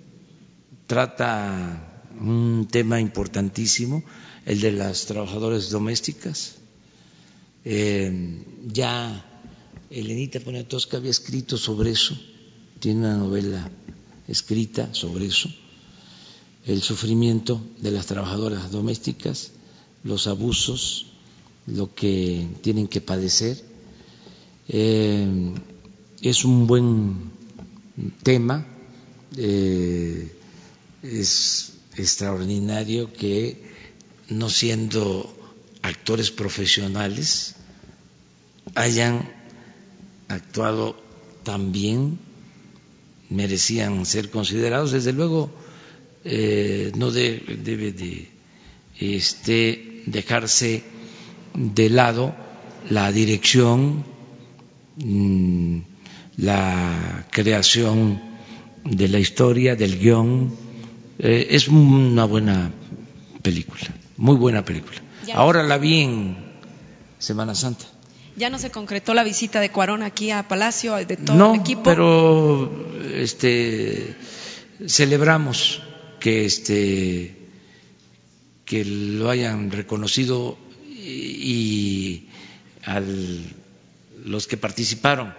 Trata un tema importantísimo, el de las trabajadoras domésticas. Eh, ya Elenita Poniatowska había escrito sobre eso, tiene una novela escrita sobre eso, el sufrimiento de las trabajadoras domésticas, los abusos, lo que tienen que padecer. Eh, es un buen tema, eh, es extraordinario que, no siendo actores profesionales, hayan actuado tan bien, merecían ser considerados. Desde luego eh, no de, debe de este, dejarse de lado la dirección, mmm, la creación de la historia, del guión. Eh, es una buena película, muy buena película. Ya. Ahora la vi en Semana Santa. ¿Ya no se concretó la visita de Cuarón aquí a Palacio de todo no, el equipo? Pero este, celebramos que, este, que lo hayan reconocido, y a los que participaron.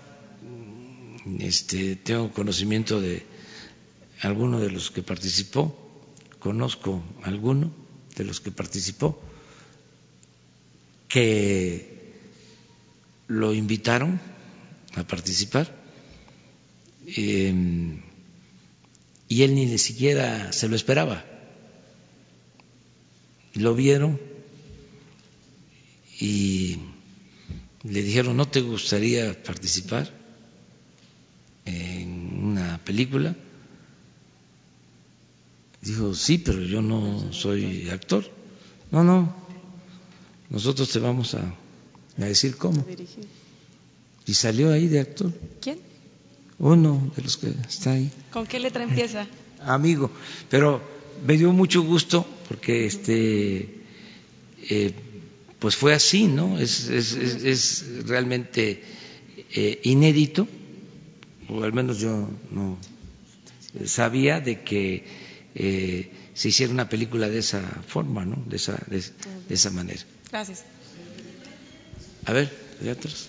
Este, tengo conocimiento de alguno de los que participó, conozco a alguno de los que participó, que lo invitaron a participar, eh, y él ni siquiera se lo esperaba. Lo vieron y le dijeron: ¿no te gustaría participar en una película? Dijo: sí, pero yo no soy actor. No, no, nosotros te vamos a, a decir cómo. Y salió ahí de actor. ¿Quién? Uno de los que está ahí. ¿Con qué letra empieza? Amigo, pero me dio mucho gusto porque este eh, pues fue así, ¿no? Es, es, es, es realmente eh, inédito, o al menos yo no sabía de que eh, se hiciera una película de esa forma, ¿no? De esa, de, de esa manera. Gracias. A ver, ¿hay otros?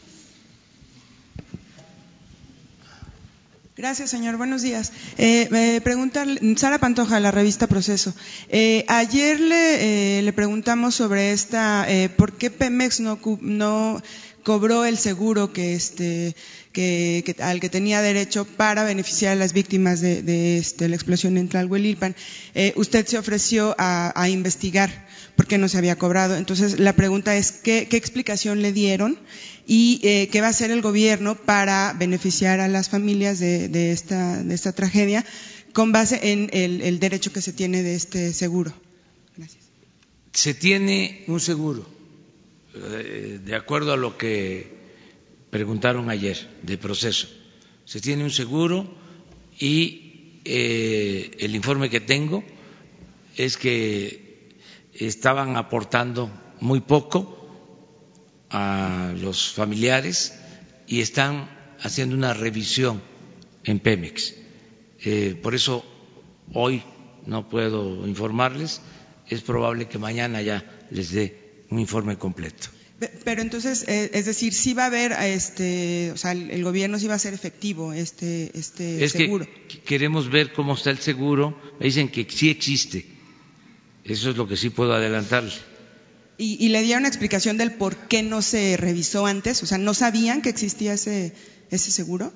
Gracias, señor. Buenos días. Eh, eh, preguntarle, Sara Pantoja, la revista Proceso. Eh, ayer le, eh, le preguntamos sobre esta, eh, ¿por qué Pemex no, no cobró el seguro que este que, que al que tenía derecho para beneficiar a las víctimas de, de este, la explosión en Tlalhuelilpan? Eh, usted se ofreció a, a investigar por qué no se había cobrado. Entonces, la pregunta es, ¿qué, qué explicación le dieron? Y eh, qué va a hacer el gobierno para beneficiar a las familias de, de, esta, de esta tragedia con base en el, el derecho que se tiene de este seguro. Gracias. Se tiene un seguro, eh, de acuerdo a lo que preguntaron ayer de Proceso. Se tiene un seguro y eh, el informe que tengo es que estaban aportando muy poco a los familiares y están haciendo una revisión en Pemex. Eh, por eso hoy no puedo informarles, es probable que mañana ya les dé un informe completo. Pero entonces, eh, es decir, sí va a haber, este, o sea, el, el gobierno sí va a ser efectivo este, este es seguro. Que queremos ver cómo está el seguro, me dicen que sí existe, eso es lo que sí puedo adelantarle. ¿Y, y le dieron una explicación del por qué no se revisó antes? O sea, ¿no sabían que existía ese, ese seguro?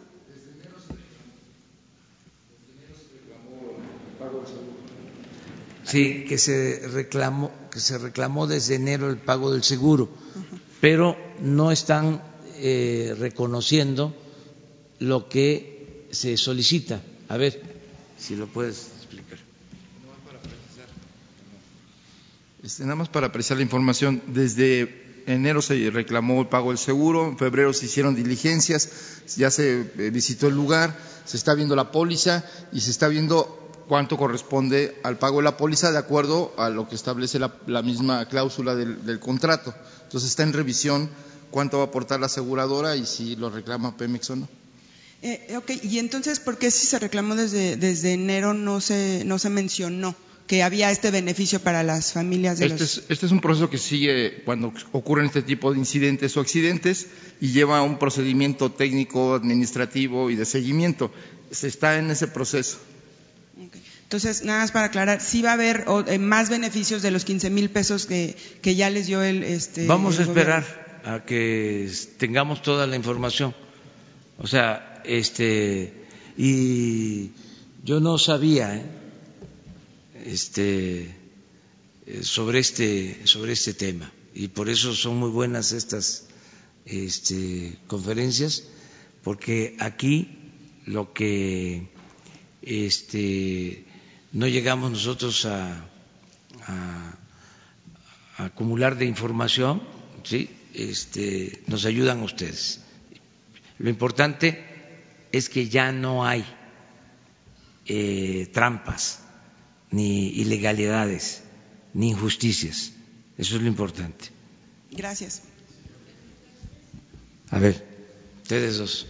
Sí, que se reclamó, que se reclamó desde enero el pago del seguro, uh-huh. Pero no están eh, reconociendo lo que se solicita. A ver, si lo puedes explicar. Este, nada más para precisar la información, desde enero se reclamó el pago del seguro, en febrero se hicieron diligencias, ya se visitó el lugar, se está viendo la póliza y se está viendo cuánto corresponde al pago de la póliza de acuerdo a lo que establece la, la misma cláusula del, del contrato. Entonces está en revisión cuánto va a aportar la aseguradora y si lo reclama Pemex o no. Eh, ok, y entonces, ¿por qué si se reclamó desde, desde enero no se, no se mencionó que había este beneficio para las familias de este los... Es, este es un proceso que sigue cuando ocurren este tipo de incidentes o accidentes y lleva a un procedimiento técnico, administrativo y de seguimiento. Se está en ese proceso. Okay. Entonces, nada más para aclarar, ¿sí va a haber o, eh, más beneficios de los quince mil pesos que, que ya les dio el... Este, Vamos el a esperar gobierno? A que tengamos toda la información. O sea, este, y yo no sabía, ¿eh? Este, sobre este sobre este tema y por eso son muy buenas estas este, conferencias, porque aquí lo que este, no llegamos nosotros a, a, a acumular de información, ¿sí? Este, nos ayudan ustedes. Lo importante es que ya no hay eh, trampas, ni ilegalidades, ni injusticias. Eso es lo importante. Gracias. A ver, ustedes dos.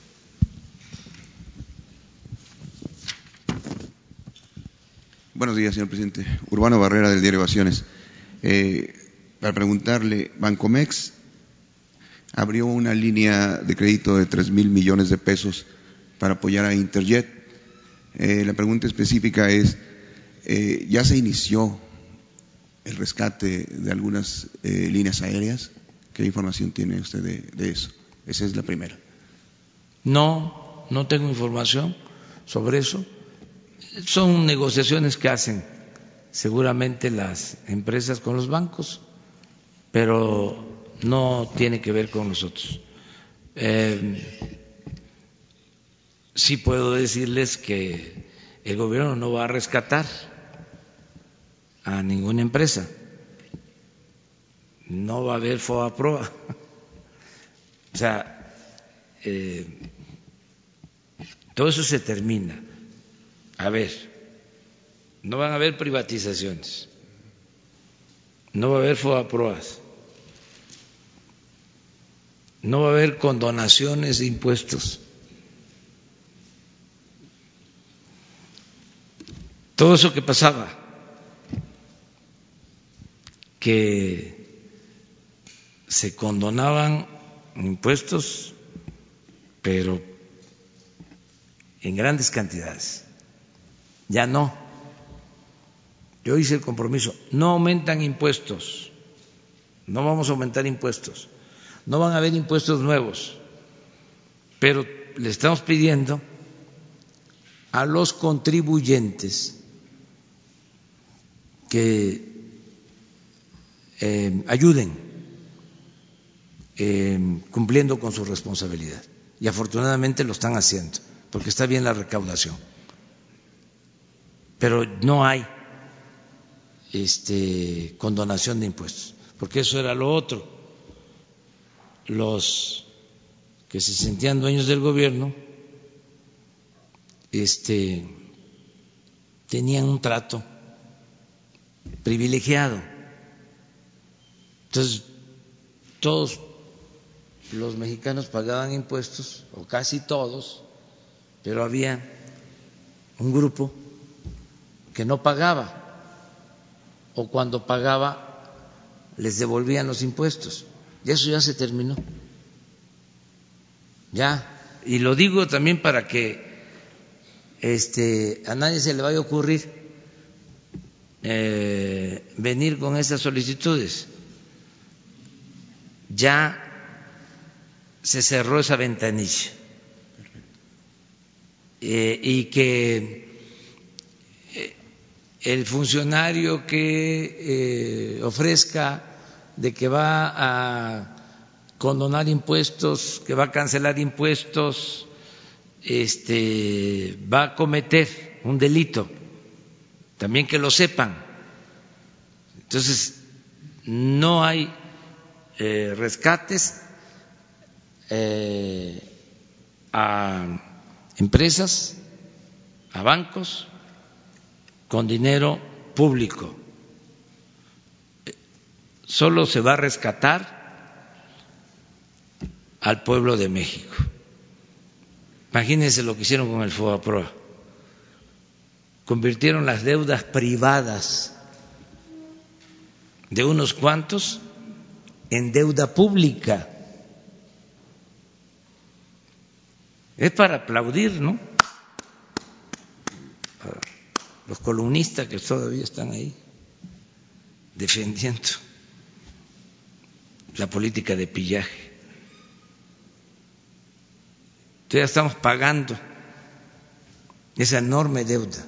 Buenos días, señor presidente. Urbano Barrera, del diario Ovaciones. Eh, para preguntarle, Bancomex abrió una línea de crédito de tres mil millones de pesos para apoyar a Interjet. Eh, la pregunta específica es, Eh, ¿ya se inició el rescate de algunas eh, líneas aéreas? ¿Qué información tiene usted de, de eso? Esa es la primera. No, no tengo información sobre eso. Son negociaciones que hacen seguramente las empresas con los bancos, pero no tiene que ver con nosotros. Eh, sí puedo decirles que el gobierno no va a rescatar a ninguna empresa, no va a haber FOBAPROA. O sea, eh, todo eso se termina. A ver, no van a haber privatizaciones, no va a haber FOBAPROAs, no va a haber condonaciones de impuestos. Todo eso que pasaba, que se condonaban impuestos, pero en grandes cantidades, ya no. Yo hice el compromiso, no aumentan impuestos, no vamos a aumentar impuestos, no van a haber impuestos nuevos, pero le estamos pidiendo a los contribuyentes que eh, ayuden eh, cumpliendo con su responsabilidad. Y afortunadamente lo están haciendo, porque está bien la recaudación. Pero no hay este, condonación de impuestos, porque eso era lo otro. Los que se sentían dueños del gobierno este, tenían un trato privilegiado. Entonces, todos los mexicanos pagaban impuestos, o casi todos, pero había un grupo que no pagaba, o cuando pagaba les devolvían los impuestos. Y eso ya se terminó. Ya, y lo digo también para que este, a nadie se le vaya a ocurrir eh, venir con esas solicitudes. Ya se cerró esa ventanilla eh, y que eh, el funcionario que eh, ofrezca de que va a condonar impuestos, que va a cancelar impuestos, este, va a cometer un delito, también que lo sepan. Entonces, no hay eh, rescates eh, a empresas, a bancos, con dinero público. Solo se va a rescatar al pueblo de México. Imagínense lo que hicieron con el FOBAPROA. Convirtieron las deudas privadas de unos cuantos en deuda pública. Es para aplaudir, ¿no? Para los columnistas que todavía están ahí defendiendo la política de pillaje. Entonces ya estamos pagando esa enorme deuda,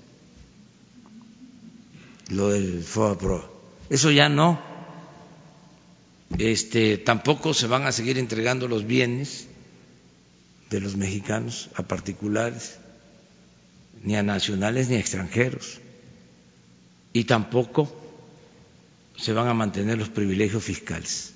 lo del FOBAPROA. Eso ya no. Este, tampoco se van a seguir entregando los bienes de los mexicanos a particulares, ni a nacionales ni a extranjeros. Y tampoco se van a mantener los privilegios fiscales.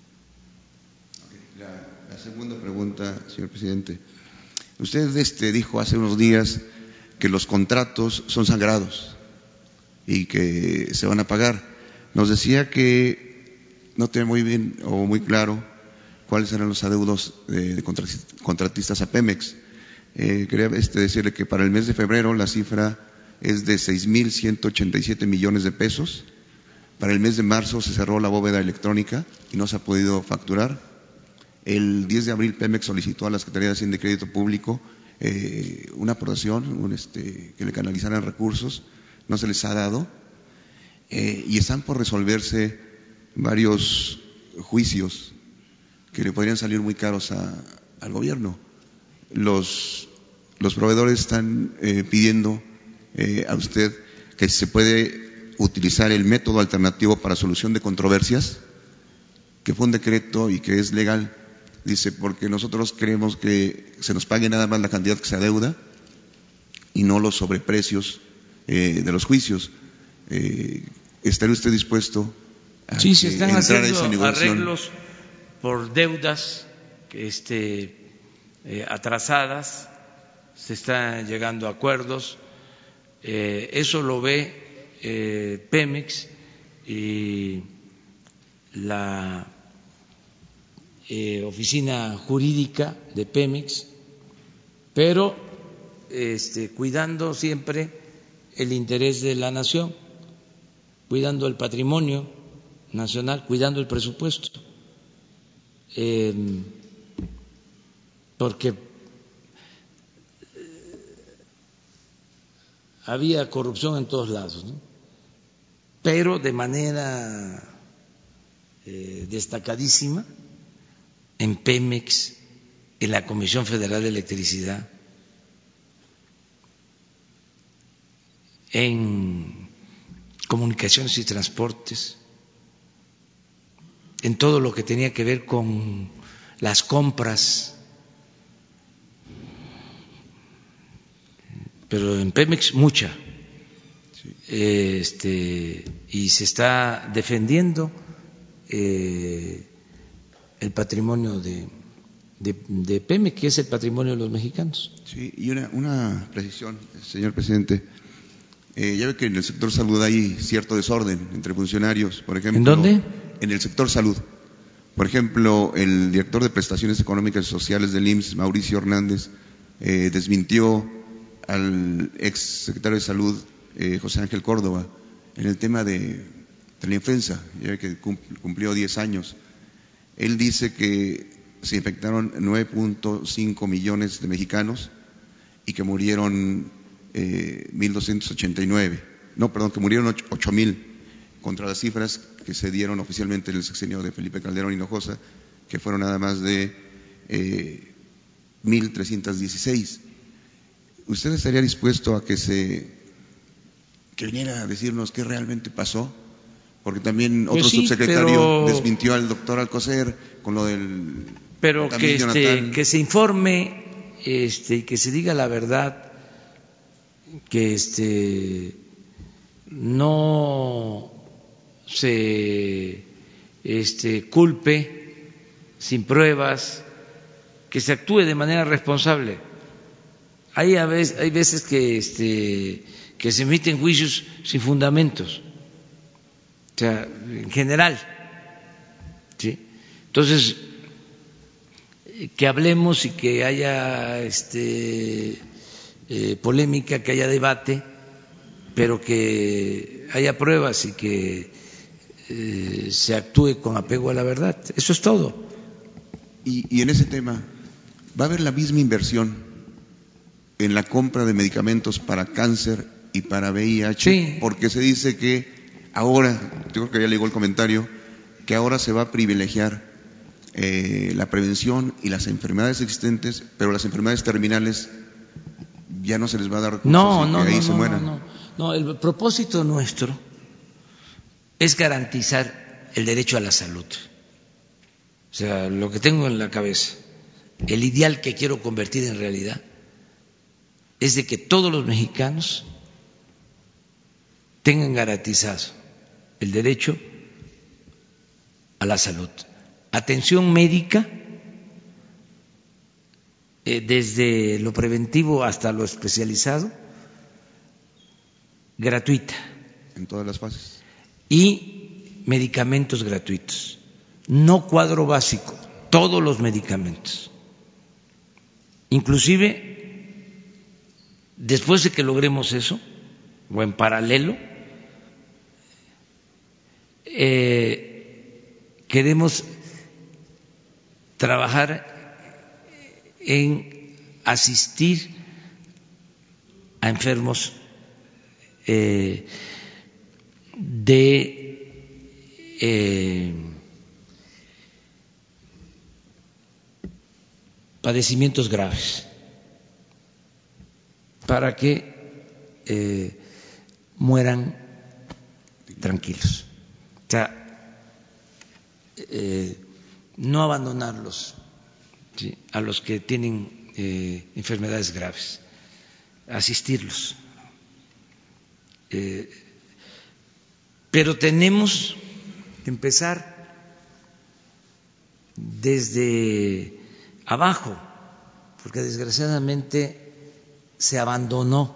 La, la segunda pregunta, señor presidente. Usted este, dijo hace unos días que los contratos son sagrados y que se van a pagar. Nos decía que no tiene muy bien o muy claro cuáles eran los adeudos de, de contratistas a Pemex. Eh, quería este, decirle que para el mes de febrero la cifra es de seis mil ciento ochenta y siete millones de pesos. Para el mes de marzo se cerró la bóveda electrónica y no se ha podido facturar. El diez de abril Pemex solicitó a la Secretaría de Hacienda y Crédito Público eh, una aportación, un, este, que le canalizaran recursos, no se les ha dado eh, y están por resolverse varios juicios que le podrían salir muy caros a, al gobierno. Los, los proveedores están eh, pidiendo eh, a usted que se puede utilizar el método alternativo para solución de controversias, que fue un decreto y que es legal. Dice, porque nosotros queremos que se nos pague nada más la cantidad que se adeuda y no los sobreprecios eh, de los juicios. Eh, ¿Estaría usted dispuesto a sí, se están entrar haciendo a esa negociación? Arreglos por deudas este, eh, atrasadas, se están llegando a acuerdos. Eh, eso lo ve eh, Pemex y la eh, oficina jurídica de Pemex, pero este, cuidando siempre el interés de la nación, cuidando el patrimonio nacional, cuidando el presupuesto, eh, porque había corrupción en todos lados, ¿no? Pero de manera eh, destacadísima en Pemex, en la Comisión Federal de Electricidad, en Comunicaciones y Transportes, en todo lo que tenía que ver con las compras, pero en Pemex mucha, este, y se está defendiendo eh, el patrimonio de, de, de Pemex, que es el patrimonio de los mexicanos. Sí, y una, una precisión, señor presidente. Eh, ya ve que en el sector salud hay cierto desorden entre funcionarios, por ejemplo. ¿En dónde? En el sector salud. Por ejemplo, el director de Prestaciones Económicas y Sociales del I M S S, Mauricio Hernández, eh, desmintió al ex secretario de Salud, eh, José Ángel Córdoba, en el tema de, de la influenza, ya ve que cumplió diez años. Él dice que se infectaron nueve punto cinco millones de mexicanos y que murieron eh, mil doscientos ochenta y nueve. No, perdón, que murieron ocho mil, contra las cifras que se dieron oficialmente en el sexenio de Felipe Calderón Hinojosa, que fueron nada más de eh, mil trescientos dieciséis. ¿Usted estaría dispuesto a que se que viniera a decirnos qué realmente pasó? Porque también otro pues sí, subsecretario pero, desmintió al doctor Alcocer con lo del... Pero que, este, que se informe este, y que se diga la verdad, que este, no se este, culpe sin pruebas, que se actúe de manera responsable. Hay, a veces, hay veces que, este, que se emiten juicios sin fundamentos, o sea, en general, ¿sí? Entonces, que hablemos y que haya este, eh, polémica, que haya debate, pero que haya pruebas y que eh, se actúe con apego a la verdad. Eso es todo. Y, y en ese tema, ¿va a haber la misma inversión en la compra de medicamentos para cáncer y para V I H? Sí. Porque se dice que ahora, yo creo que ya le llegó el comentario, que ahora se va a privilegiar eh, la prevención y las enfermedades existentes, pero las enfermedades terminales ya no se les va a dar recursos no, y no, que ahí no, se no, mueran. No, no, no, el propósito nuestro es garantizar el derecho a la salud. O sea, lo que tengo en la cabeza, el ideal que quiero convertir en realidad, es de que todos los mexicanos tengan garantizado el derecho a la salud, atención médica, eh, desde lo preventivo hasta lo especializado, gratuita. En todas las fases. Y medicamentos gratuitos, no cuadro básico, todos los medicamentos. Inclusive, después de que logremos eso, o en paralelo, eh, queremos trabajar en asistir a enfermos eh, de eh, padecimientos graves, para que eh, mueran tranquilos. O sea, eh, no abandonarlos, ¿sí?, a los que tienen eh, enfermedades graves, asistirlos. Eh, pero tenemos que empezar desde abajo, porque desgraciadamente se abandonó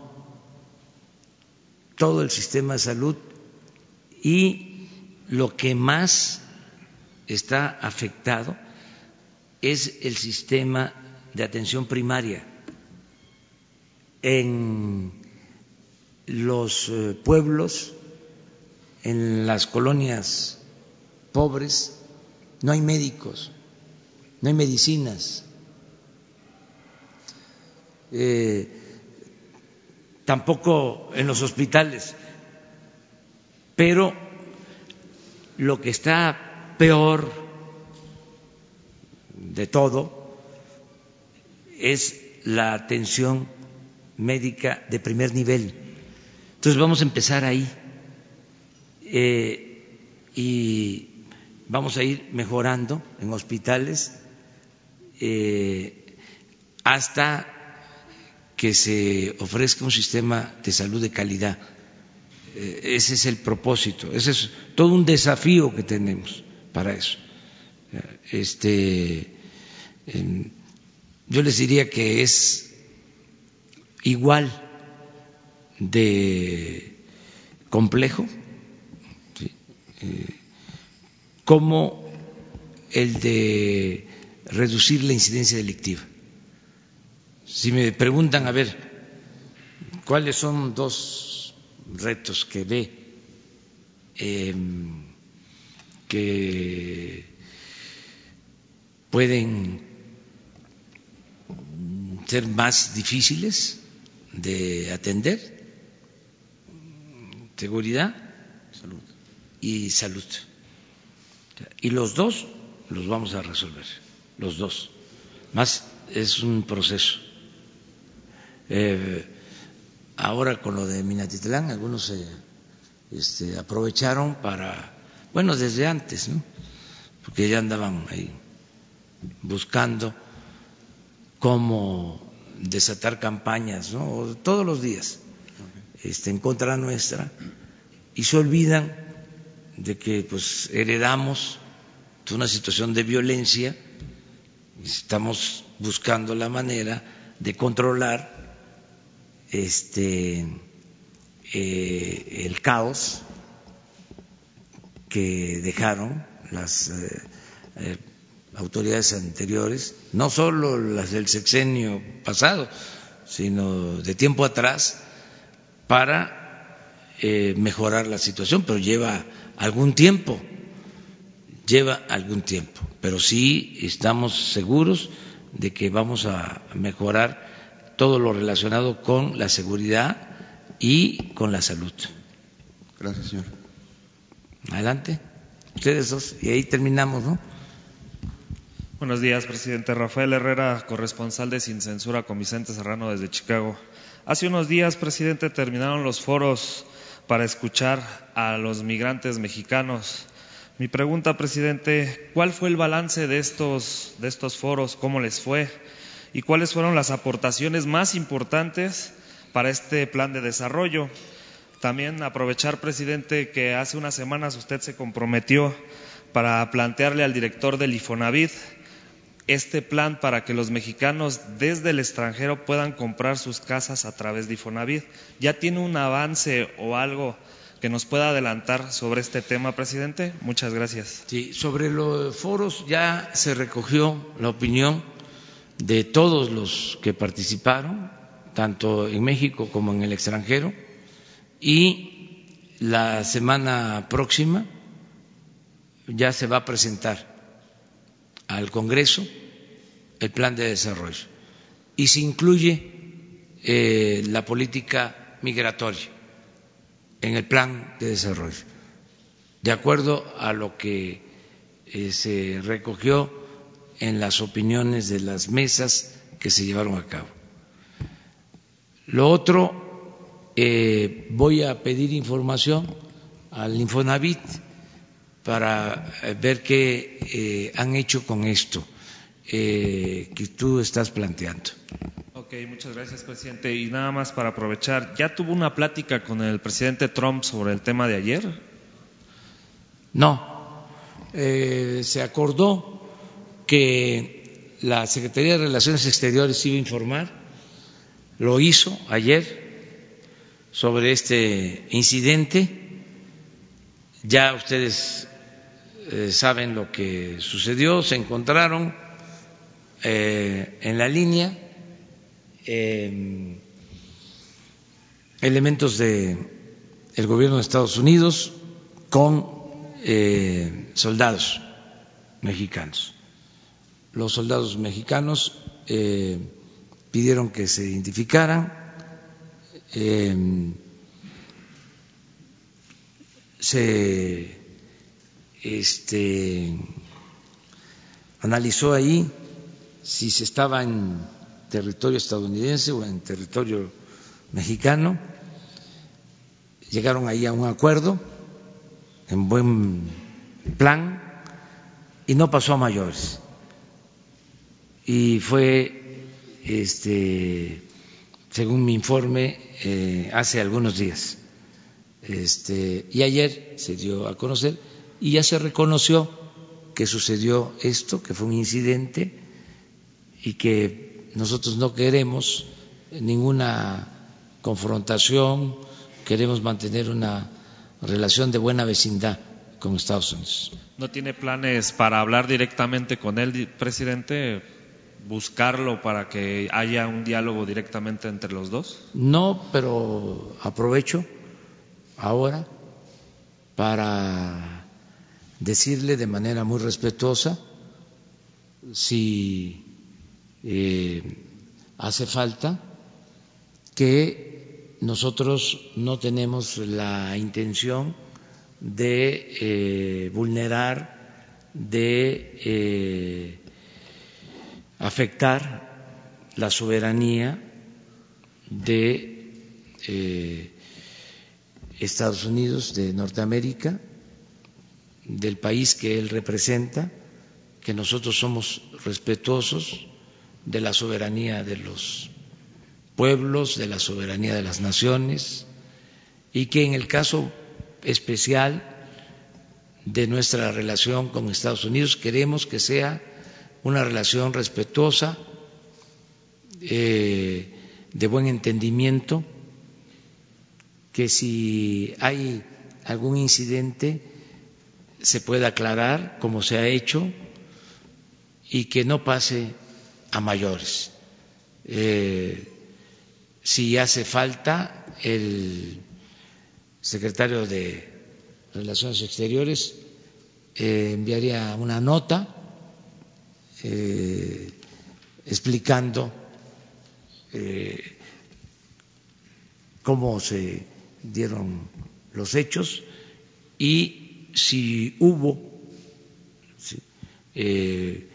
todo el sistema de salud y lo que más está afectado es el sistema de atención primaria. En los pueblos, en las colonias pobres, no hay médicos, no hay medicinas, eh, tampoco en los hospitales. Pero lo que está peor de todo es la atención médica de primer nivel. Entonces vamos a empezar ahí eh, y vamos a ir mejorando en hospitales eh, hasta que se ofrezca un sistema de salud de calidad. Eh, ese es el propósito, ese es todo un desafío que tenemos para eso. Este, eh, yo les diría que es igual de complejo, ¿sí? eh, como el de reducir la incidencia delictiva. Si me preguntan, a ver, ¿cuáles son dos retos que ve eh, que pueden ser más difíciles de atender? Seguridad salud. y salud. Y los dos los vamos a resolver, los dos. Más es un proceso. Eh, ahora con lo de Minatitlán, algunos se este, aprovecharon para, bueno, desde antes, ¿no? Porque ya andaban ahí buscando cómo desatar campañas, ¿no? Todos los días este, en contra nuestra, y se olvidan de que pues heredamos una situación de violencia y estamos buscando la manera de controlar este eh, el caos que dejaron las eh, eh, autoridades anteriores, no solo las del sexenio pasado, sino de tiempo atrás, para eh, mejorar la situación, pero lleva algún tiempo, lleva algún tiempo, pero sí estamos seguros de que vamos a mejorar todo lo relacionado con la seguridad y con la salud. Gracias, señor. Adelante, ustedes dos, y ahí terminamos, ¿no? Buenos días, presidente. Rafael Herrera, corresponsal de Sin Censura con Vicente Serrano desde Chicago. Hace unos días, presidente, terminaron los foros para escuchar a los migrantes mexicanos. Mi pregunta, presidente, ¿cuál fue el balance de estos, de estos foros? ¿Cómo les fue? ¿Y cuáles fueron las aportaciones más importantes para este plan de desarrollo? También aprovechar, presidente, que hace unas semanas usted se comprometió para plantearle al director del Infonavit este plan para que los mexicanos desde el extranjero puedan comprar sus casas a través de Infonavit. ¿Ya tiene un avance o algo que nos pueda adelantar sobre este tema, presidente? Muchas gracias. Sí, sobre los foros ya se recogió la opinión de todos los que participaron, tanto en México como en el extranjero, y la semana próxima ya se va a presentar al Congreso el plan de desarrollo y se incluye eh, la política migratoria en el plan de desarrollo, de acuerdo a lo que eh, se recogió en las opiniones de las mesas que se llevaron a cabo. Lo otro, eh, voy a pedir información al Infonavit para ver qué eh, han hecho con esto eh, que tú estás planteando. Ok, muchas gracias, presidente. Y nada más para aprovechar, ¿ya tuvo una plática con el presidente Trump sobre el tema de ayer? No, eh, se acordó que la Secretaría de Relaciones Exteriores iba a informar, lo hizo ayer sobre este incidente. Ya ustedes Eh, saben lo que sucedió, se encontraron eh, en la línea, eh, elementos de el gobierno de Estados Unidos con eh, soldados mexicanos. Los soldados mexicanos eh, pidieron que se identificaran, eh, se este, analizó ahí si se estaba en territorio estadounidense o en territorio mexicano, llegaron ahí a un acuerdo en buen plan y no pasó a mayores. Y fue, este, según mi informe, eh, hace algunos días. Este, y ayer se dio a conocer y ya se reconoció que sucedió esto, que fue un incidente y que nosotros no queremos ninguna confrontación, queremos mantener una relación de buena vecindad con Estados Unidos. ¿No tiene planes para hablar directamente con él, presidente? ¿Buscarlo para que haya un diálogo directamente entre los dos? No, pero aprovecho ahora para decirle de manera muy respetuosa si eh, hace falta que nosotros no tenemos la intención de eh, vulnerar, de eh, afectar la soberanía de eh, Estados Unidos de Norteamérica, del país que él representa, que nosotros somos respetuosos de la soberanía de los pueblos, de la soberanía de las naciones, y que en el caso especial de nuestra relación con Estados Unidos queremos que sea una relación respetuosa, eh, de buen entendimiento, que si hay algún incidente se pueda aclarar como se ha hecho y que no pase a mayores. Eh, si hace falta, el secretario de Relaciones Exteriores eh, enviaría una nota eh, explicando eh, cómo se dieron los hechos y si hubo sí, eh,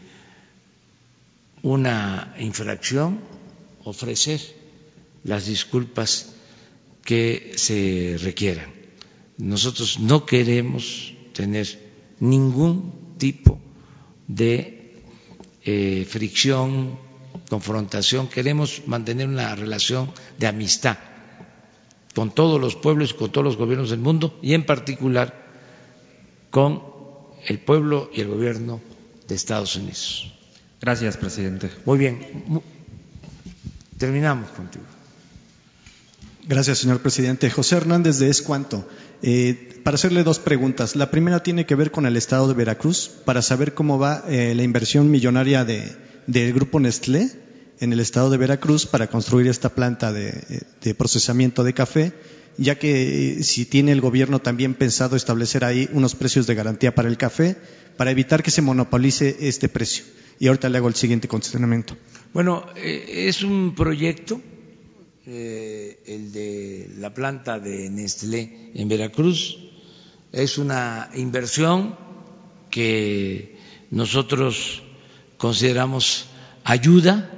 una infracción, ofrecer las disculpas que se requieran. Nosotros no queremos tener ningún tipo de eh, fricción, confrontación, queremos mantener una relación de amistad con todos los pueblos y con todos los gobiernos del mundo y en particular con el pueblo y el gobierno de Estados Unidos. Gracias, presidente. Muy bien, terminamos contigo. Gracias, señor presidente. José Hernández de Es Cuanto. Eh, para hacerle dos preguntas. La primera tiene que ver con el estado de Veracruz, para saber cómo va eh, la inversión millonaria de, del grupo Nestlé en el estado de Veracruz para construir esta planta de, de procesamiento de café, ya que eh, si tiene el gobierno también pensado establecer ahí unos precios de garantía para el café, para evitar que se monopolice este precio. Y ahorita le hago el siguiente cuestionamiento. Bueno, eh, es un proyecto, eh, el de la planta de Nestlé en Veracruz, es una inversión que nosotros consideramos ayuda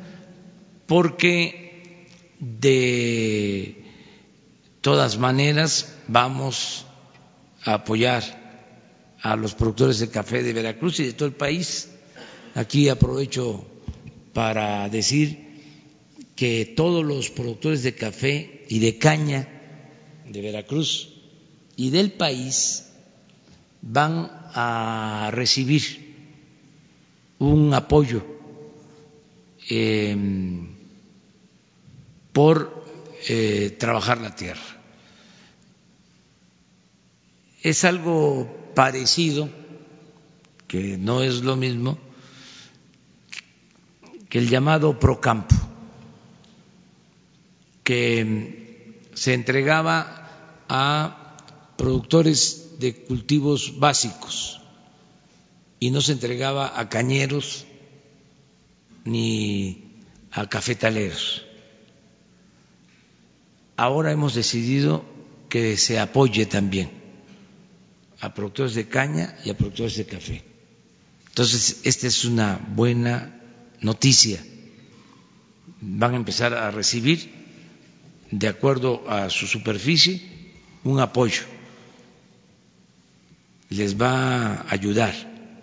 porque de todas maneras vamos a apoyar a los productores de café de Veracruz y de todo el país. Aquí aprovecho para decir que todos los productores de café y de caña de Veracruz y del país van a recibir un apoyo eh, por eh, trabajar la tierra. Es algo parecido, que no es lo mismo, que el llamado Procampo, que se entregaba a productores de cultivos básicos y no se entregaba a cañeros ni a cafetaleros. Ahora hemos decidido que se apoye también a productores de caña y a productores de café. Entonces, esta es una buena noticia. Van a empezar a recibir, de acuerdo a su superficie, un apoyo. Les va a ayudar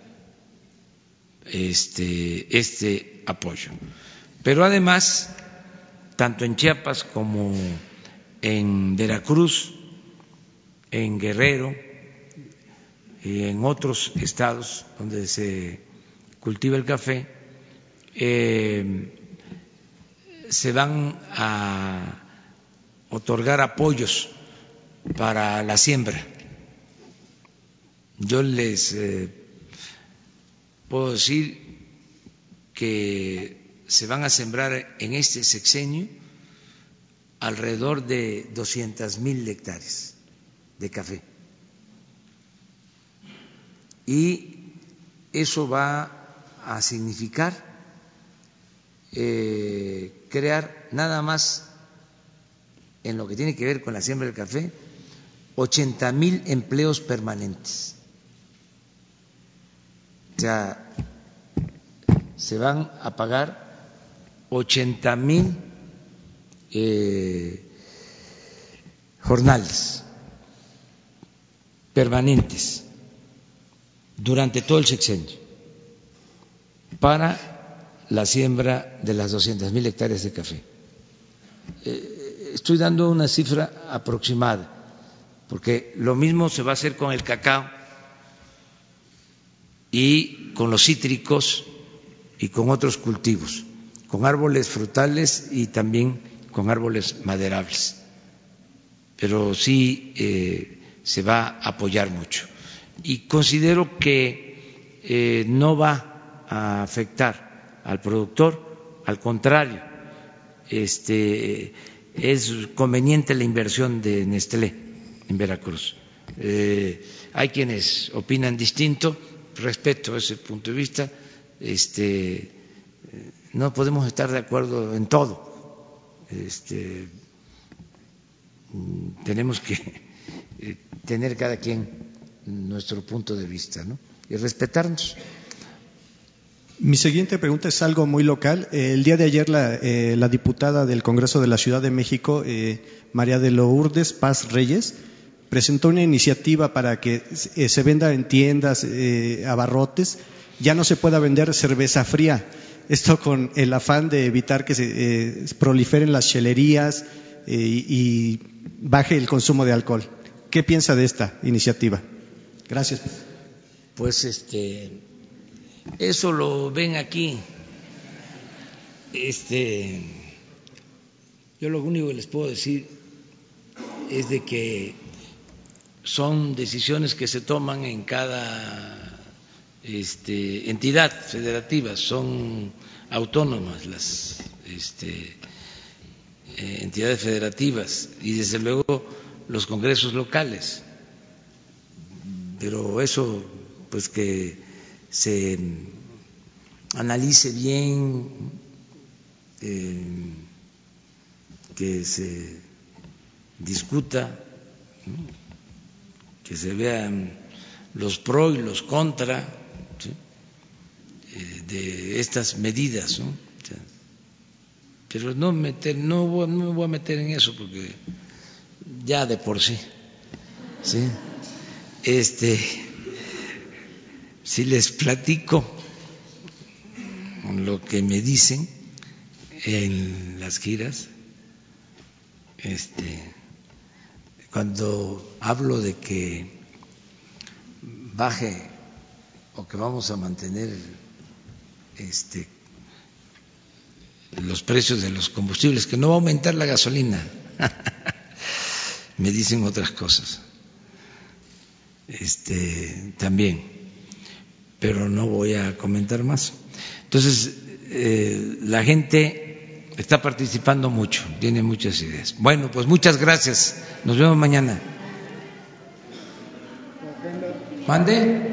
este, este apoyo. Pero además, tanto en Chiapas como en Veracruz, en Guerrero y en otros estados donde se cultiva el café, eh, se van a otorgar apoyos para la siembra. Yo les eh, puedo decir que se van a sembrar en este sexenio alrededor de doscientas mil hectáreas de café. Y eso va a significar eh, crear nada más en lo que tiene que ver con la siembra del café ochenta mil empleos permanentes. O sea, se van a pagar ochenta mil eh, jornales permanentes durante todo el sexenio para la siembra de las doscientas mil hectáreas de café. Eh, estoy dando una cifra aproximada, porque lo mismo se va a hacer con el cacao y con los cítricos y con otros cultivos, con árboles frutales y también con árboles maderables. Pero sí eh, se va a apoyar mucho. Y considero que eh, no va a afectar al productor, al contrario, este, es conveniente la inversión de Nestlé en Veracruz. Eh, hay quienes opinan distinto, respeto ese punto de vista, este, no podemos estar de acuerdo en todo, este, tenemos que tener cada quien nuestro punto de vista, ¿no? Y respetarnos. Mi siguiente pregunta es algo muy local. El día de ayer la, eh, la diputada del Congreso de la Ciudad de México, eh, María de Lourdes Paz Reyes, presentó una iniciativa para que eh, se venda en tiendas, eh, abarrotes, ya no se pueda vender cerveza fría. Esto con el afán de evitar que se eh, proliferen las chelerías eh, y baje el consumo de alcohol. ¿Qué piensa de esta iniciativa? Gracias. Pues este, eso lo ven aquí. Este, yo lo único que les puedo decir es de que son decisiones que se toman en cada este, entidad federativa, son autónomas las este, eh, entidades federativas y desde luego los congresos locales. Pero eso, pues que se analice bien, eh, que se discuta, ¿no? Que se vean los pro y los contra, ¿sí? eh, de estas medidas, ¿no? O sea, pero no meter, no, voy, no me voy a meter en eso porque ya de por sí, ¿sí? Este, si les platico lo que me dicen en las giras, este, cuando hablo de que baje o que vamos a mantener este, los precios de los combustibles, que no va a aumentar la gasolina, me dicen otras cosas. Este, también, pero no voy a comentar más. Entonces, eh, la gente está participando mucho, tiene muchas ideas. Bueno, pues muchas gracias. Nos vemos mañana. ¿Mande?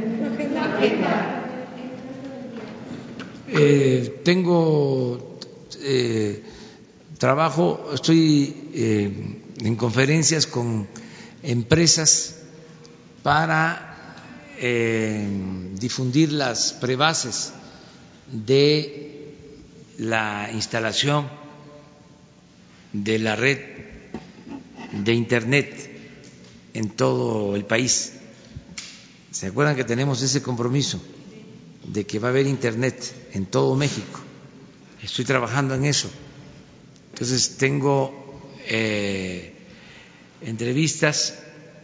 Eh, tengo eh, trabajo, estoy eh, en conferencias con empresas para eh, difundir las prebases de la instalación de la red de Internet en todo el país. ¿Se acuerdan que tenemos ese compromiso de que va a haber Internet en todo México? Estoy trabajando en eso. Entonces tengo eh, entrevistas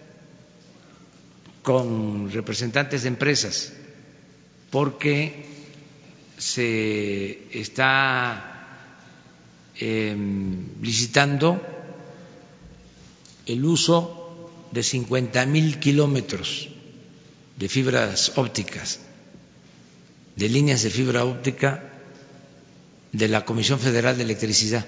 con representantes de empresas porque se está eh, licitando el uso de cincuenta mil kilómetros de fibras ópticas, de líneas de fibra óptica de la Comisión Federal de Electricidad.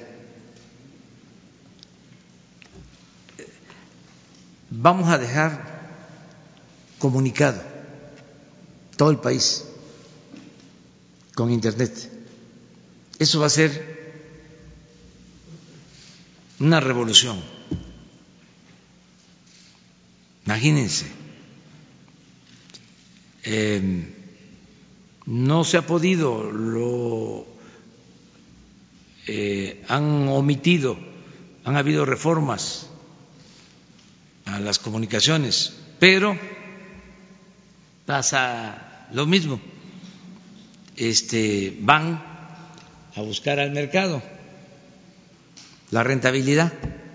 Vamos a dejar comunicado todo el país con Internet. Eso va a ser una revolución. Imagínense, eh, no se ha podido, lo eh, han omitido, han habido reformas a las comunicaciones, pero pasa lo mismo. Este, van a buscar al mercado la rentabilidad.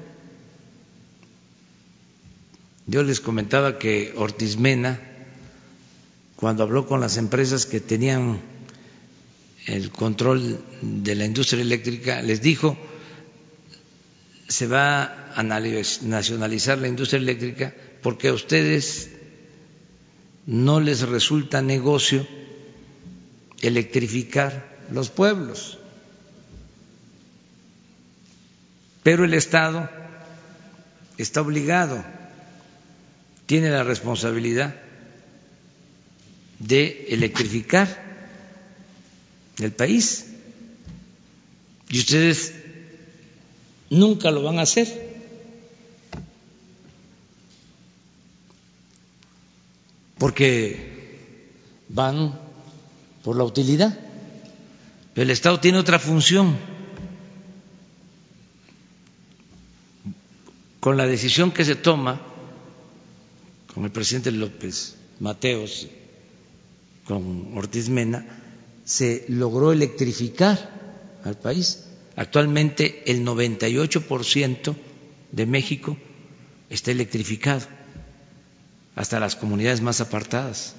Yo les comentaba que Ortiz Mena, cuando habló con las empresas que tenían el control de la industria eléctrica, les dijo: se va a nacionalizar la industria eléctrica porque a ustedes no les resulta negocio electrificar los pueblos, pero el Estado está obligado, tiene la responsabilidad de electrificar el país y ustedes nunca lo van a hacer. Porque van por la utilidad, pero el Estado tiene otra función. Con la decisión que se toma con el presidente López Mateos, con Ortiz Mena, se logró electrificar al país. Actualmente el noventa y ocho por ciento de México está electrificado, hasta las comunidades más apartadas,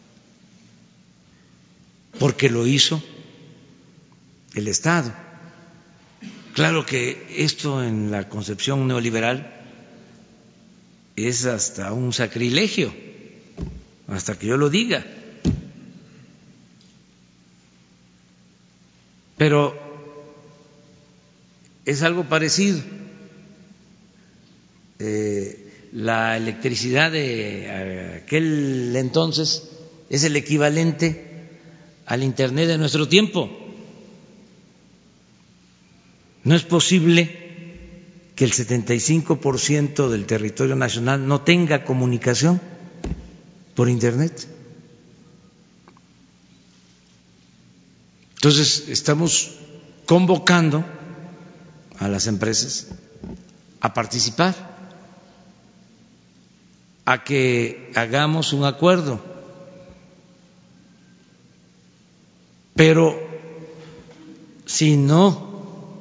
porque lo hizo el Estado. Claro que esto en la concepción neoliberal es hasta un sacrilegio, hasta que yo lo diga, pero es algo parecido. Eh, la electricidad de aquel entonces es el equivalente al Internet de nuestro tiempo. No es posible que el setenta y cinco por ciento del territorio nacional no tenga comunicación por Internet. Entonces, estamos convocando a las empresas a participar, a que hagamos un acuerdo, pero si no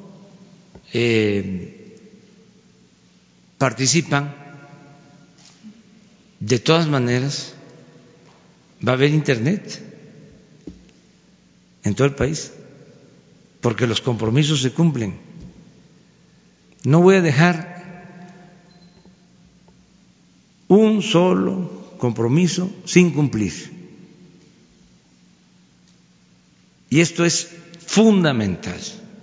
eh, participan, de todas maneras va a haber Internet en todo el país, porque los compromisos se cumplen. No voy a dejar un solo compromiso sin cumplir. Y esto es fundamental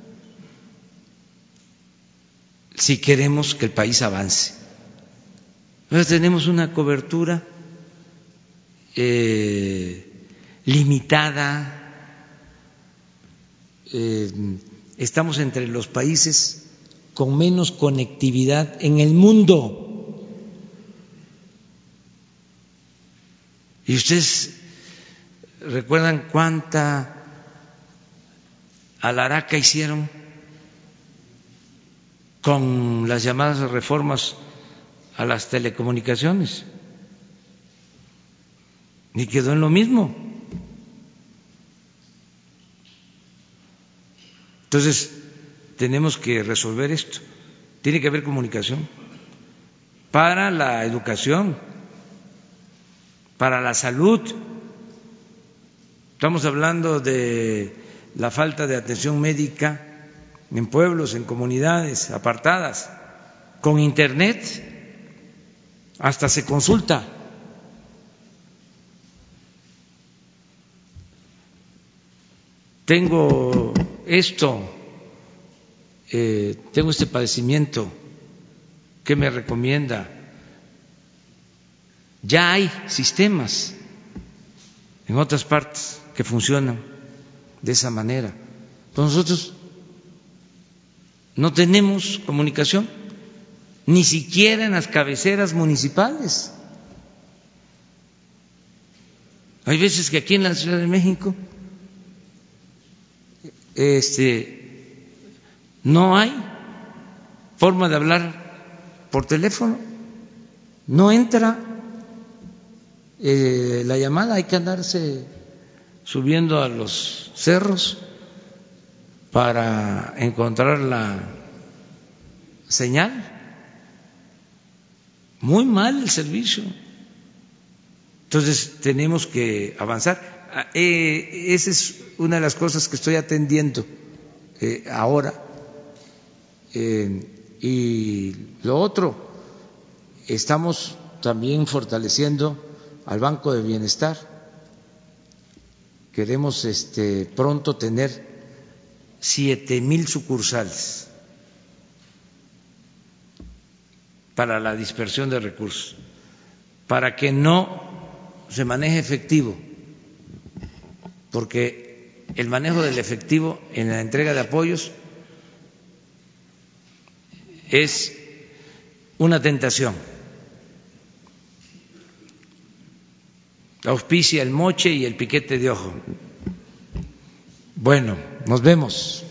si queremos que el país avance. Ahora tenemos una cobertura eh, limitada, eh, estamos entre los países con menos conectividad en el mundo. Y ustedes recuerdan cuánta alaraca hicieron con las llamadas reformas a las telecomunicaciones, y quedó en lo mismo. Entonces, tenemos que resolver esto. Tiene que haber comunicación para la educación, para la salud. Estamos hablando de la falta de atención médica en pueblos, en comunidades apartadas. Con internet hasta se consulta. Tengo esto, eh, tengo este padecimiento, ¿qué me recomienda? Ya hay sistemas en otras partes que funcionan de esa manera. Entonces nosotros no tenemos comunicación, ni siquiera en las cabeceras municipales. Hay veces que aquí en la Ciudad de México este, no hay forma de hablar por teléfono, no entra eh, la llamada, hay que andarse subiendo a los cerros para encontrar la señal. Muy mal el servicio. Entonces tenemos que avanzar. Eh, esa es una de las cosas que estoy atendiendo eh, ahora. Eh, y lo otro, estamos también fortaleciendo al Banco de Bienestar. Queremos este, pronto tener siete mil sucursales para la dispersión de recursos, para que no se maneje efectivo, porque el manejo del efectivo en la entrega de apoyos es una tentación. Auspicia el moche y el piquete de ojo. Bueno, nos vemos.